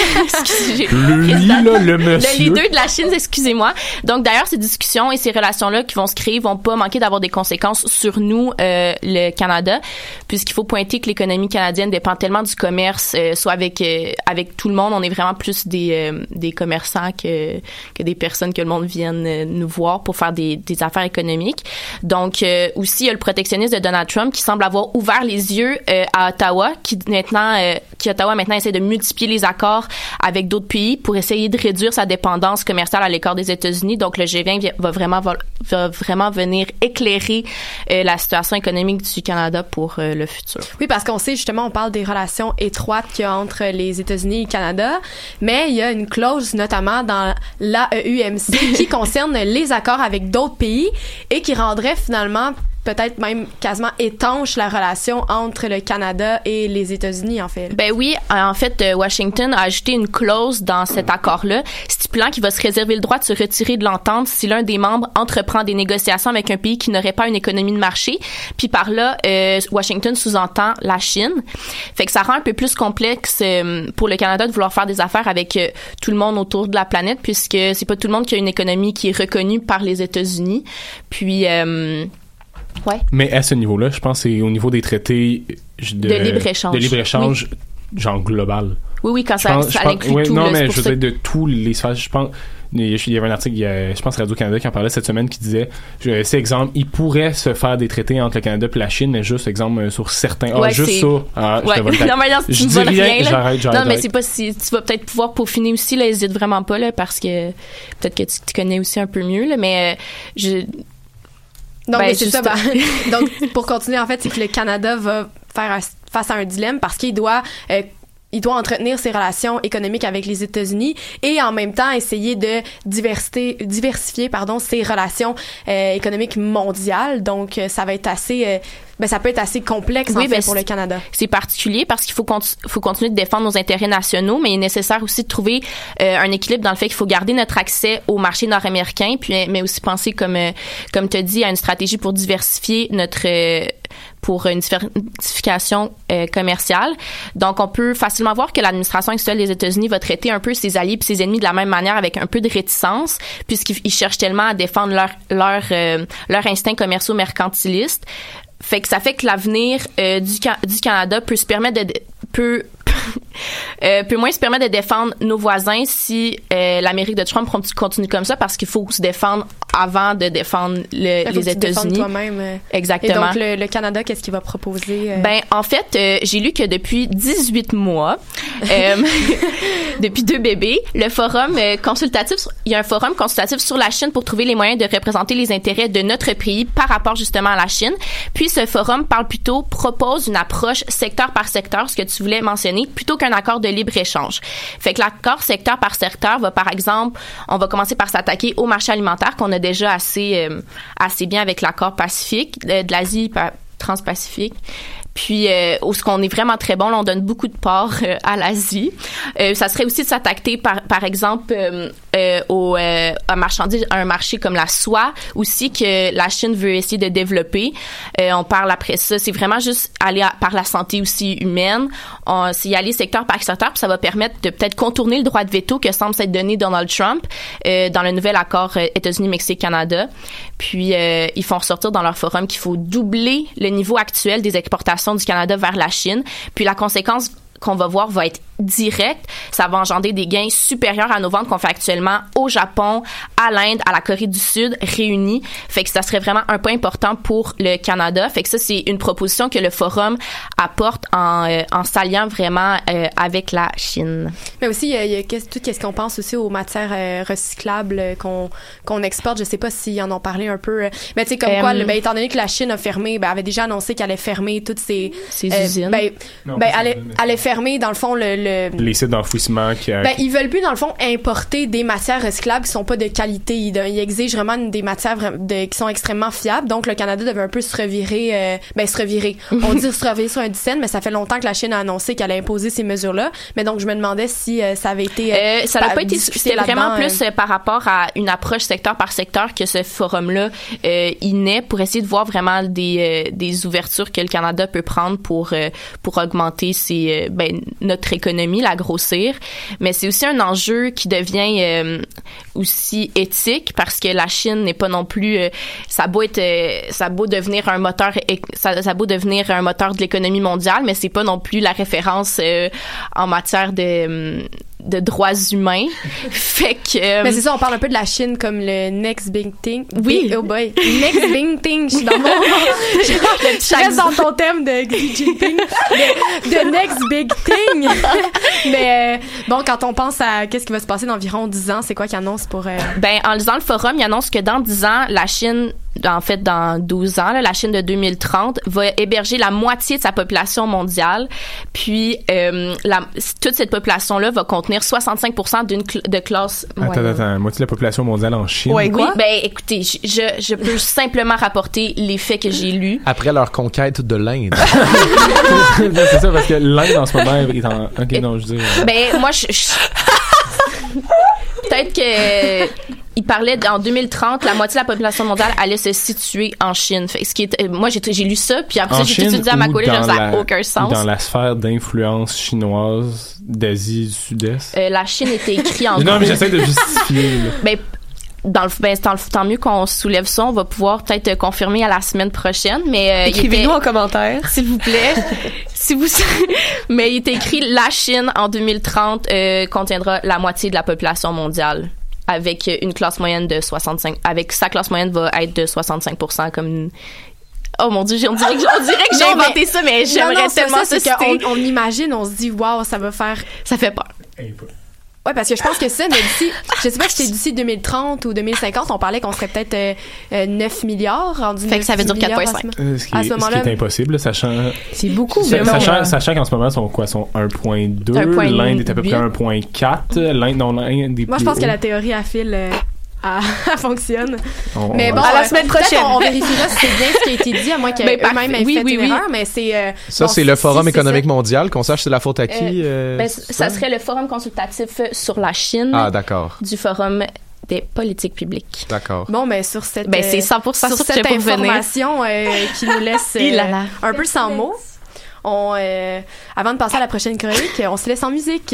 le monsieur. Le leader de la Chine, excusez-moi. Donc, d'ailleurs, ces discussions et ces relations-là qui vont se créer vont pas manquer d'avoir des conséquences sur nous, le Canada, puisqu'il faut pointer que l'économie canadienne dépend tellement du commerce, soit avec tout le monde. On est vraiment plus des commerçants que des personnes que le monde vienne nous voir pour faire des affaires économiques. Donc, aussi, il y a le protectionnisme de Donald Trump qui semble avoir ouvert les yeux à Ottawa, qui Ottawa maintenant essaie de multiplier les accords avec d'autres pays pour essayer de réduire sa dépendance commerciale à l'égard des États-Unis. Donc, le G20 va vraiment venir éclairer la situation économique du Canada pour le futur. Oui, parce qu'on sait justement, on parle des relations étroites qu'il y a entre les États-Unis et le Canada, mais il y a une clause notamment dans l'AEUMC qui concerne les accords avec d'autres pays et qui rendrait finalement peut-être même quasiment étanche la relation entre le Canada et les États-Unis, en fait. Ben oui, en fait, Washington a ajouté une clause dans cet accord-là, stipulant qu'il va se réserver le droit de se retirer de l'entente si l'un des membres entreprend des négociations avec un pays qui n'aurait pas une économie de marché. Puis par là, Washington sous-entend la Chine. Fait que ça rend un peu plus complexe pour le Canada de vouloir faire des affaires avec tout le monde autour de la planète, puisque c'est pas tout le monde qui a une économie qui est reconnue par les États-Unis. Puis ouais. Mais à ce niveau-là, je pense que c'est au niveau des traités de libre-échange. Genre global. Oui, quand ça inclut tout. Non, là, mais je veux dire, de tous les sphères, je pense... Il y avait un article, je pense Radio-Canada qui en parlait cette semaine qui disait, c'est exemple, il pourrait se faire des traités entre le Canada et la Chine, mais juste, exemple, sur certains... juste ça. Je dis rien, j'arrête. Non, mais c'est pas si... Tu vas peut-être pouvoir peaufiner aussi, là, hésite vraiment pas, là, parce que peut-être que tu connais aussi un peu mieux, là, mais Donc, c'est ça. Donc, pour continuer, en fait, c'est que le Canada va faire face à un dilemme parce qu'il doit entretenir ses relations économiques avec les États-Unis et en même temps essayer de diversifier ses relations économiques mondiales. Donc, ça va être assez... ça peut être assez complexe pour le Canada. C'est particulier parce qu'il faut continuer de défendre nos intérêts nationaux, mais il est nécessaire aussi de trouver un équilibre dans le fait qu'il faut garder notre accès au marché nord-américain, mais aussi penser, comme tu as dit, à une stratégie pour diversifier pour une diversification commerciale. Donc, on peut facilement voir que l'administration actuelle des États-Unis va traiter un peu ses alliés puis ses ennemis de la même manière avec un peu de réticence, puisqu'ils cherchent tellement à défendre leur instinct commerciaux mercantiliste. Fait que ça fait que l'avenir du Canada peut se permettre peut moins se permettre de défendre nos voisins si l'Amérique de Trump continue comme ça, parce qu'il faut se défendre avant de défendre les États-Unis. Toi-même. Exactement. Et donc le Canada, qu'est-ce qu'il va proposer? En fait, j'ai lu que depuis 18 mois, depuis 2 bébés, le forum consultatif, il y a un forum consultatif sur la Chine pour trouver les moyens de représenter les intérêts de notre pays par rapport justement à la Chine. Puis ce forum propose une approche secteur par secteur, ce que tu voulais mentionner, plutôt qu'un accord de libre-échange. Fait que l'accord secteur par secteur va, par exemple, on va commencer par s'attaquer au marché alimentaire qu'on a déjà assez bien avec l'accord Pacifique, de l'Asie transpacifique. Puis, où ce qu'on est vraiment très bon, là, on donne beaucoup de parts à l'Asie. Ça serait aussi de s'attaquer, par exemple, un marché comme la soie, aussi que la Chine veut essayer de développer. On parle après ça, c'est vraiment juste aller par la santé aussi humaine. C'est y aller secteur par secteur, puis ça va permettre de peut-être contourner le droit de veto que semble s'être donné Donald Trump dans le nouvel accord États-Unis-Mexique-Canada. Puis, ils font ressortir dans leur forum qu'il faut doubler le niveau actuel des exportations du Canada vers la Chine. Puis la conséquence qu'on va voir va être directe. Ça va engendrer des gains supérieurs à nos ventes qu'on fait actuellement au Japon, à l'Inde, à la Corée du Sud, réunis. Fait que ça serait vraiment un point important pour le Canada. Fait que ça, c'est une proposition que le Forum apporte en s'alliant vraiment avec la Chine. Mais aussi, il y a tout ce qu'on pense aussi aux matières recyclables qu'on exporte. Je sais pas s'ils en ont parlé un peu. Mais tu sais, comme quoi, étant donné que la Chine a fermé, avait déjà annoncé qu'elle allait fermer toutes ses usines. Elle allait fermer, dans le fond, les sites d'enfouissement ils veulent plus, dans le fond, importer des matières recyclables qui sont pas de qualité. Ils exigent vraiment des matières qui sont extrêmement fiables. Donc, le Canada devait un peu se revirer. On dit se revirer sur un dizaine, mais ça fait longtemps que la Chine a annoncé qu'elle allait imposer ces mesures-là. Mais donc, je me demandais si ça avait été... ça n'a pas été... C'était vraiment plus par rapport à une approche secteur par secteur que ce forum-là, il naît pour essayer de voir vraiment des ouvertures que le Canada peut prendre pour augmenter notre économie, la grossir. Mais c'est aussi un enjeu qui devient aussi éthique, parce que la Chine n'est pas non plus ça a beau devenir un moteur de l'économie mondiale, mais c'est pas non plus la référence en matière de droits humains. Fait que... Mais c'est ça, on parle un peu de la Chine comme le next big thing. Oui. Oh boy. Next big thing. Je suis dans mon... Je reste dans ton thème de Xi Jinping. De next big thing. Mais bon, quand on pense à qu'est-ce qui va se passer dans environ 10 ans, c'est quoi qu'ils annoncent pour... En lisant le forum, ils annoncent que dans 10 ans, la Chine... En fait, dans 12 ans, la Chine de 2030 va héberger la moitié de sa population mondiale. Puis, toute cette population-là va contenir 65% de classe moyenne. Attends, moitié de la population mondiale en Chine? Oui, écoutez, je peux simplement rapporter les faits que j'ai lus. Après leur conquête de l'Inde. C'est ça, parce que l'Inde, en ce moment, est en... OK, non, je dis... moi, peut-être que... Il parlait en 2030, la moitié de la population mondiale allait se situer en Chine. Fait, moi, j'ai lu ça, puis après ça, j'ai tout dit à ma collègue, ça n'a aucun sens. Dans la sphère d'influence chinoise d'Asie du Sud-Est. La Chine était écrite en... Non, mais j'essaie de justifier. tant mieux qu'on soulève ça. On va pouvoir peut-être confirmer à la semaine prochaine. Mais écrivez-nous en commentaire, s'il vous plaît. Mais il est écrit la Chine en 2030 contiendra la moitié de la population mondiale. Avec une classe moyenne de 65, avec sa classe moyenne va être de 65% comme. Oh mon Dieu, on dirait que j'ai inventé ça, mais j'aimerais tellement ça citer. On imagine, on se dit, waouh, ça va faire. Ça fait peur. Ouais, parce que je pense que ça, mais d'ici, je sais pas si c'était d'ici 2030 ou 2050, on parlait qu'on serait peut-être 9 milliards. Fait que ça veut dire 4,5. Ce qui est impossible, sachant. C'est beaucoup, sachant qu'en ce moment, sont 1,2. L'Inde est à peu près 1,4. L'Inde est Moi, je pense que la théorie à fil. Fonctionne. Mais bon, à la semaine prochaine. On vérifiera si c'est bien ce qui a été dit, à moins qu'eux-mêmes aient fait une erreur, mais c'est... c'est le Forum économique mondial, qu'on sache c'est la faute à qui? Ça serait le Forum consultatif sur la Chine. Ah, d'accord. Du Forum des politiques publiques. D'accord. Bon, mais sur cette... c'est 100% sur cette information qui nous laisse un peu sans mots, avant de passer à la prochaine chronique, on se laisse en musique.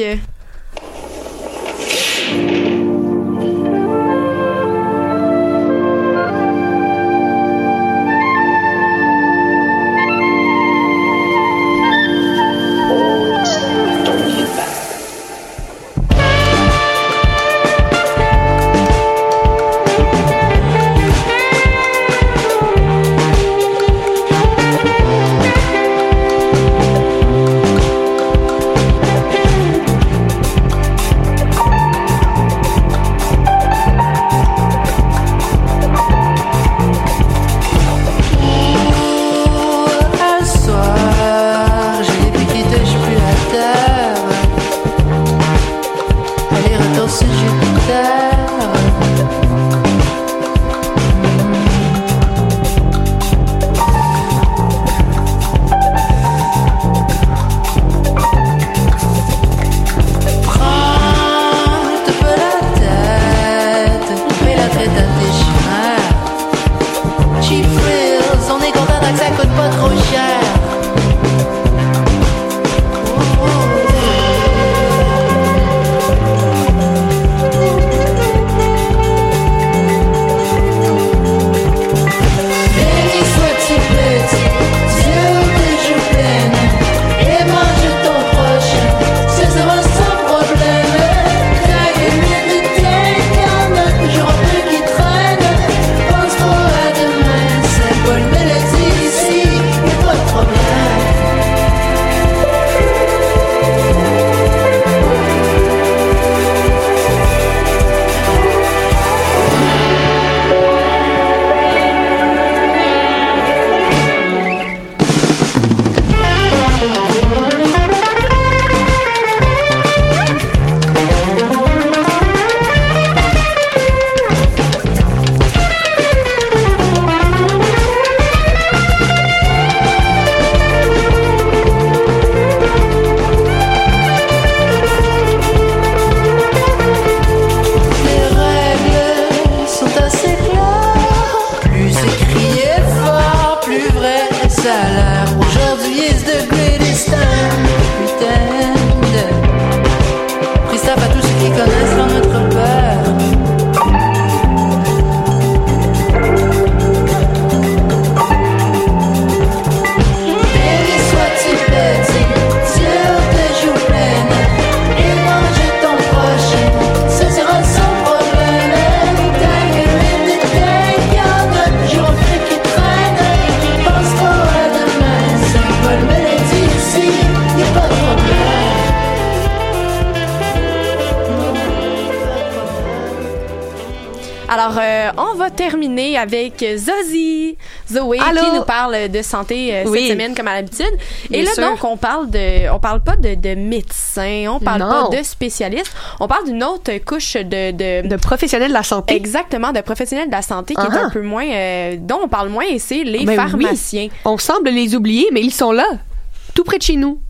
Alors, on va terminer avec Zoé qui nous parle de santé cette semaine comme à l'habitude. Et là, donc, on parle pas de médecins, on parle pas de spécialistes, on parle d'une autre couche de professionnels de la santé. Exactement, de professionnels de la santé qui est un peu moins, dont on parle moins, et c'est les pharmaciens. Oui. On semble les oublier, mais ils sont là, tout près de chez nous.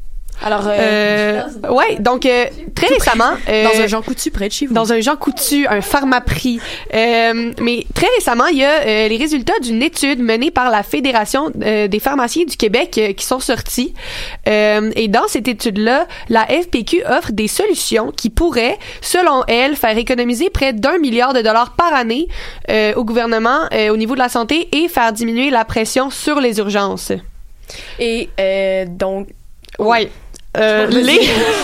Alors, ouais, donc très récemment, dans un Jean Coutu près de chez vous. Dans un Jean Coutu, un Pharmaprix. Mais très récemment, il y a les résultats d'une étude menée par la Fédération des pharmaciens du Québec qui sont sortis. Et dans cette étude-là, la FPQ offre des solutions qui pourraient, selon elle, faire économiser près d'1 milliard de dollars par année au gouvernement au niveau de la santé et faire diminuer la pression sur les urgences. Et donc... Ouais. Les...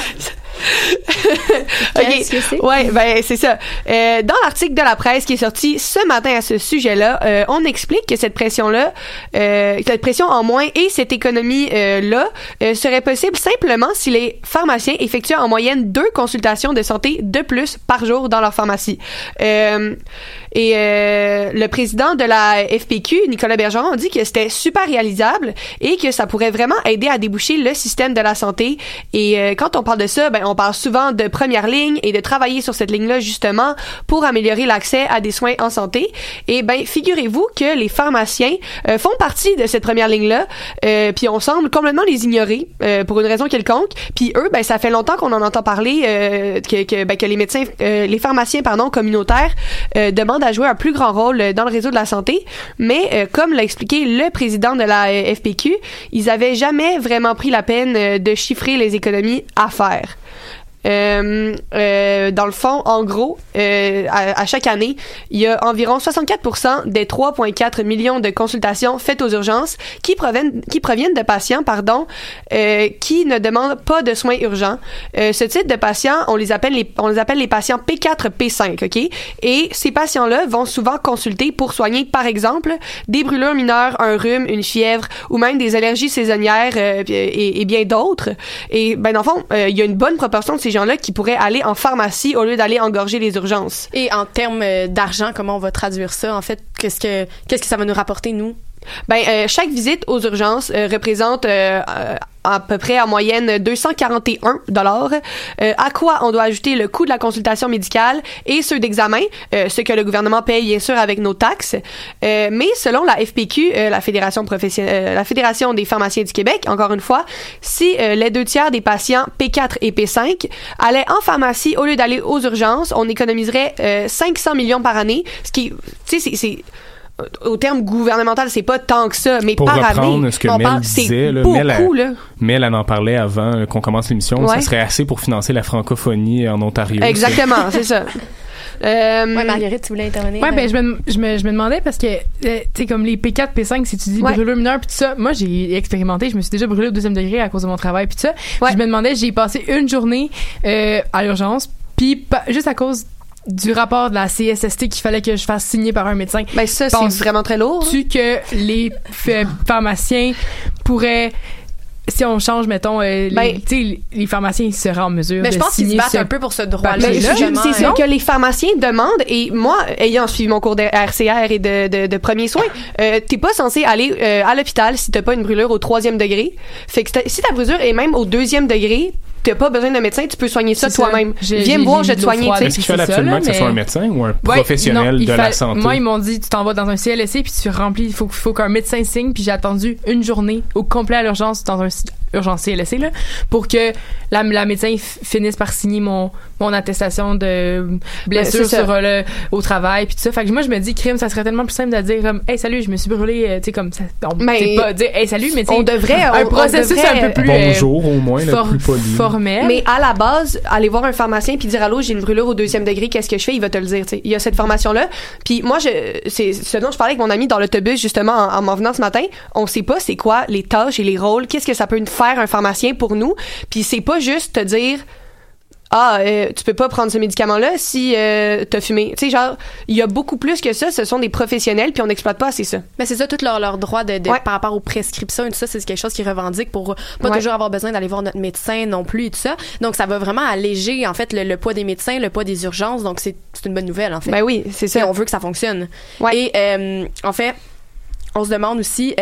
Qu'est-ce que c'est? Ouais, ben c'est ça. Dans l'article de la presse qui est sorti ce matin à ce sujet-là, on explique que cette pression-là, cette pression en moins et cette économie-là serait possible simplement si les pharmaciens effectuaient en moyenne 2 consultations de santé de plus par jour dans leur pharmacie. Et le président de la FPQ, Nicolas Bergeron, a dit que c'était super réalisable et que ça pourrait vraiment aider à déboucher le système de la santé. Et quand on parle de ça, ben on parle souvent de première ligne et de travailler sur cette ligne-là justement pour améliorer l'accès à des soins en santé. Et ben figurez-vous que les pharmaciens font partie de cette première ligne-là, puis on semble complètement les ignorer pour une raison quelconque. Puis eux, ben ça fait longtemps qu'on en entend parler que les médecins, les pharmaciens communautaires demandent à jouer un plus grand rôle dans le réseau de la santé, mais comme l'a expliqué le président de la FPQ, ils avaient jamais vraiment pris la peine de chiffrer les économies à faire. Dans le fond, en gros, à chaque année, il y a environ 64% des 3,4 millions de consultations faites aux urgences qui proviennent de patients, qui ne demandent pas de soins urgents. Ce type de patients, on les appelle les patients P4, P5, ok? Et ces patients-là vont souvent consulter pour soigner, par exemple, des brûlures mineures, un rhume, une fièvre, ou même des allergies saisonnières et bien d'autres. Et ben dans le fond, il y a une bonne proportion de ces gens-là qui pourraient aller en pharmacie au lieu d'aller engorger les urgences. Et en termes d'argent, comment on va traduire ça? En fait, qu'est-ce que ça va nous rapporter, nous? Ben, chaque visite aux urgences représente à peu près en moyenne 241 $. À quoi on doit ajouter le coût de la consultation médicale et ceux d'examen, ce que le gouvernement paye bien sûr avec nos taxes. Mais selon la FPQ, la Fédération des pharmaciens du Québec, encore une fois, si les 2/3 des patients P4 et P5 allaient en pharmacie au lieu d'aller aux urgences, on économiserait 500 millions par année, ce qui, tu sais, c'est au terme gouvernemental, c'est pas tant que ça, mais pour par reprendre année, ce que Mel disait, là, Mel en parlait avant qu'on commence l'émission, ouais. Ça serait assez pour financer la francophonie en Ontario. Exactement, c'est ça. Ouais, Marguerite, tu voulais intervenir? Ouais, ben je me demandais parce que tu sais comme les P4, P5, si tu dis brûlure mineure puis tout ça, moi j'ai expérimenté, je me suis déjà brûlée au 2e degré à cause de mon travail puis tout ça. Ouais. Je me demandais, j'ai passé une journée à l'urgence puis juste à cause du rapport de la CSST qu'il fallait que je fasse signer par un médecin. Ben ça, c'est vraiment très lourd. Tu que les pharmaciens pourraient, si on change, mettons, les pharmaciens, ils seraient en mesure de signer. Mais je pense qu'ils se battent un peu pour ce droit-là. C'est ce que les pharmaciens demandent. Et moi, ayant suivi mon cours de RCR et de premiers soins, t'es pas censé aller à l'hôpital si t'as pas une brûlure au 3e degré. Fait que si ta brûlure est même au 2e degré, t'as pas besoin d'un médecin, tu peux soigner ça toi-même. Viens me voir, je vais te soigner. Est-ce qu'il fallait absolument que ce soit un médecin ou un professionnel de la santé? Moi, ils m'ont dit, tu t'en vas dans un CLSC puis tu remplis, il faut qu'un médecin signe, puis j'ai attendu une journée au complet à l'urgence dans un urgence CLSC là, pour que la médecin finisse par signer mon attestation de blessure au travail puis tout ça. Fait que moi je me dis crime, ça serait tellement plus simple de dire comme hey salut, je me suis brûlée, tu sais comme ça. C'est pas dire hey salut, mais on devrait un processus un peu plus bonjour au moins le plus poli. Formel. Mais à la base, aller voir un pharmacien puis dire allô, j'ai une brûlure au 2e degré, qu'est-ce que je fais, il va te le dire, tu sais. Il y a cette formation là. Puis moi c'est ce dont je parlais avec mon ami dans l'autobus justement en m'en venant ce matin, on sait pas c'est quoi les tâches et les rôles, qu'est-ce que ça peut faire un pharmacien pour nous, puis c'est pas juste te dire tu peux pas prendre ce médicament-là si t'as fumé. Tu sais, genre, il y a beaucoup plus que ça. Ce sont des professionnels, puis on n'exploite pas assez ça. Mais c'est ça, tout leur droit par rapport aux prescriptions et tout ça, c'est quelque chose qu'ils revendiquent pour pas toujours avoir besoin d'aller voir notre médecin non plus et tout ça. Donc, ça va vraiment alléger, en fait, le poids des médecins, le poids des urgences. Donc, c'est une bonne nouvelle, en fait. Ben oui, c'est ça. Et on veut que ça fonctionne. Ouais. Et, en fait, on se demande aussi...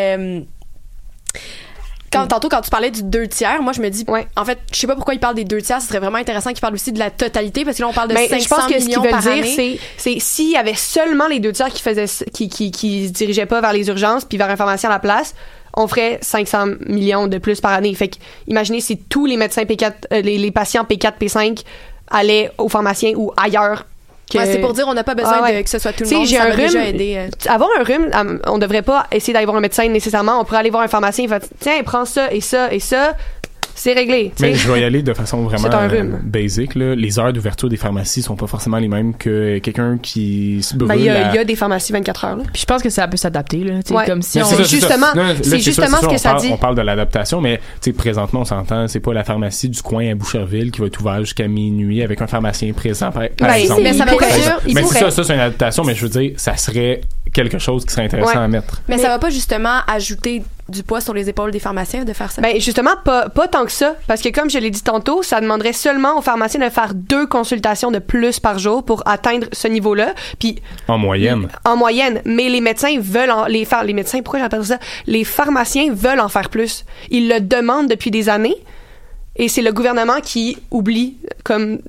Tantôt, quand tu parlais du 2/3, moi, je me dis, en fait, je sais pas pourquoi ils parlent des 2/3, ce serait vraiment intéressant qu'ils parlent aussi de la totalité, parce que là, on parle de 500 je pense que millions par année. Ce qu'ils veulent dire, c'est s'il y avait seulement les 2/3 qui se dirigeaient pas vers les urgences puis vers un pharmacien à la place, on ferait 500 millions de plus par année. Fait que, imaginez si tous les médecins P4, les patients P4, P5 allaient aux pharmaciens ou ailleurs. C'est pour dire on n'a pas besoin que ce soit tout le monde. Ça va un rhume, déjà aider. Avoir un rhume, on devrait pas essayer d'aller voir un médecin nécessairement. On pourrait aller voir un pharmacien. Il va dire, tiens, prends ça et ça et ça. C'est réglé. Mais je vais y aller de façon vraiment basic. Là. Les heures d'ouverture des pharmacies sont pas forcément les mêmes que quelqu'un qui se brûle. Il y a des pharmacies 24 heures. Là. Puis je pense que ça peut s'adapter. Là, comme si c'est justement ce que ça dit. On parle de l'adaptation, mais présentement, on s'entend, c'est pas la pharmacie du coin à Boucherville qui va être ouverte jusqu'à minuit avec un pharmacien présent, par exemple. Mais ça va mais c'est ça, c'est une adaptation, mais je veux dire, ça serait quelque chose qui serait intéressant à mettre. Mais ça va pas justement ajouter du poids sur les épaules des pharmaciens de faire ça? Ben justement, pas tant que ça. Parce que comme je l'ai dit tantôt, ça demanderait seulement aux pharmaciens de faire 2 consultations de plus par jour pour atteindre ce niveau-là. Puis en moyenne. Mais les médecins veulent les médecins, pourquoi j'appelle ça? Les pharmaciens veulent en faire plus. Ils le demandent depuis des années. Et c'est le gouvernement qui oublie comme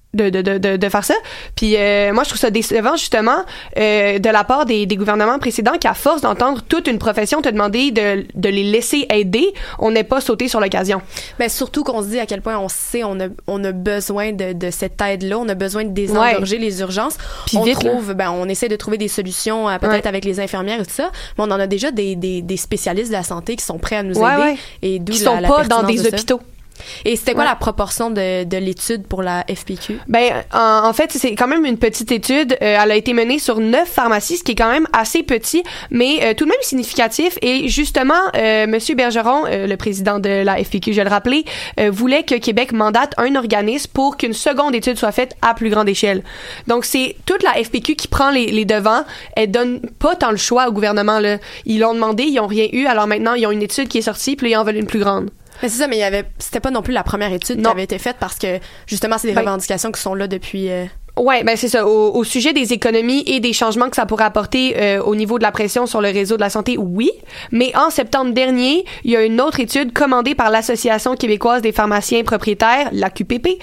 de faire ça. Puis moi, je trouve ça décevant, justement, de la part des gouvernements précédents qui, à force d'entendre toute une profession te demander de les laisser aider, on n'est pas sauté sur l'occasion. Ben, surtout qu'on se dit à quel point on sait on a besoin de cette aide-là, on a besoin de désengorger les urgences. Puis on essaie de trouver des solutions peut-être avec les infirmières et tout ça, mais on en a déjà des spécialistes de la santé qui sont prêts à nous aider. Et d'où qui sont pas dans des hôpitaux. Et c'était quoi la proportion de l'étude pour la FPQ? Ben, en fait, c'est quand même une petite étude. Elle a été menée sur 9 pharmacies, ce qui est quand même assez petit, mais tout de même significatif. Et justement, Monsieur Bergeron, le président de la FPQ, je le rappelais, voulait que Québec mandate un organisme pour qu'une seconde étude soit faite à plus grande échelle. Donc, c'est toute la FPQ qui prend les devants. Elle donne pas tant le choix au gouvernement, là. Ils l'ont demandé, ils ont rien eu. Alors maintenant, ils ont une étude qui est sortie, puis là, ils en veulent une plus grande. Mais c'est ça, mais c'était pas non plus la première étude qui avait été faite parce que justement c'est des revendications qui sont là depuis. Ouais, ben c'est ça. Au sujet des économies et des changements que ça pourrait apporter au niveau de la pression sur le réseau de la santé, oui. Mais en septembre dernier, il y a une autre étude commandée par l'Association québécoise des pharmaciens propriétaires, l'AQPP,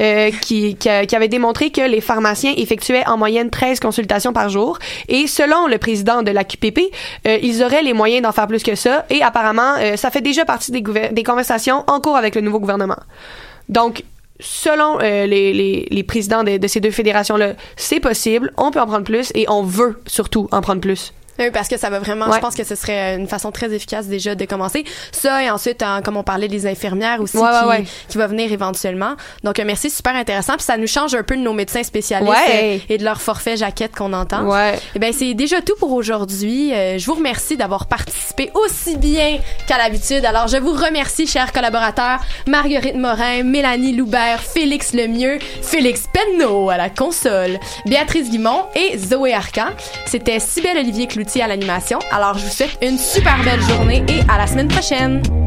qui avait démontré que les pharmaciens effectuaient en moyenne 13 consultations par jour. Et selon le président de l'AQPP, ils auraient les moyens d'en faire plus que ça. Et apparemment, ça fait déjà partie des conversations en cours avec le nouveau gouvernement. Donc, selon les présidents de ces 2 fédérations-là, c'est possible, on peut en prendre plus et on veut surtout en prendre plus. Oui, parce que ça va vraiment, je pense que ce serait une façon très efficace déjà de commencer. Ça, et ensuite, comme on parlait, les infirmières aussi qui va venir éventuellement. Donc, merci, super intéressant. Puis ça nous change un peu de nos médecins spécialistes et de leur forfait jaquette qu'on entend. Ouais. Et bien, c'est déjà tout pour aujourd'hui. Je vous remercie d'avoir participé aussi bien qu'à l'habitude. Alors, je vous remercie, chers collaborateurs, Marguerite Morin, Mélanie Loubert, Félix Lemieux, Félix Penneau à la console, Béatrice Guimont et Zoé Arcan. C'était Cybèle Olivier Cloutier à l'animation. Alors, je vous souhaite une super belle journée et à la semaine prochaine.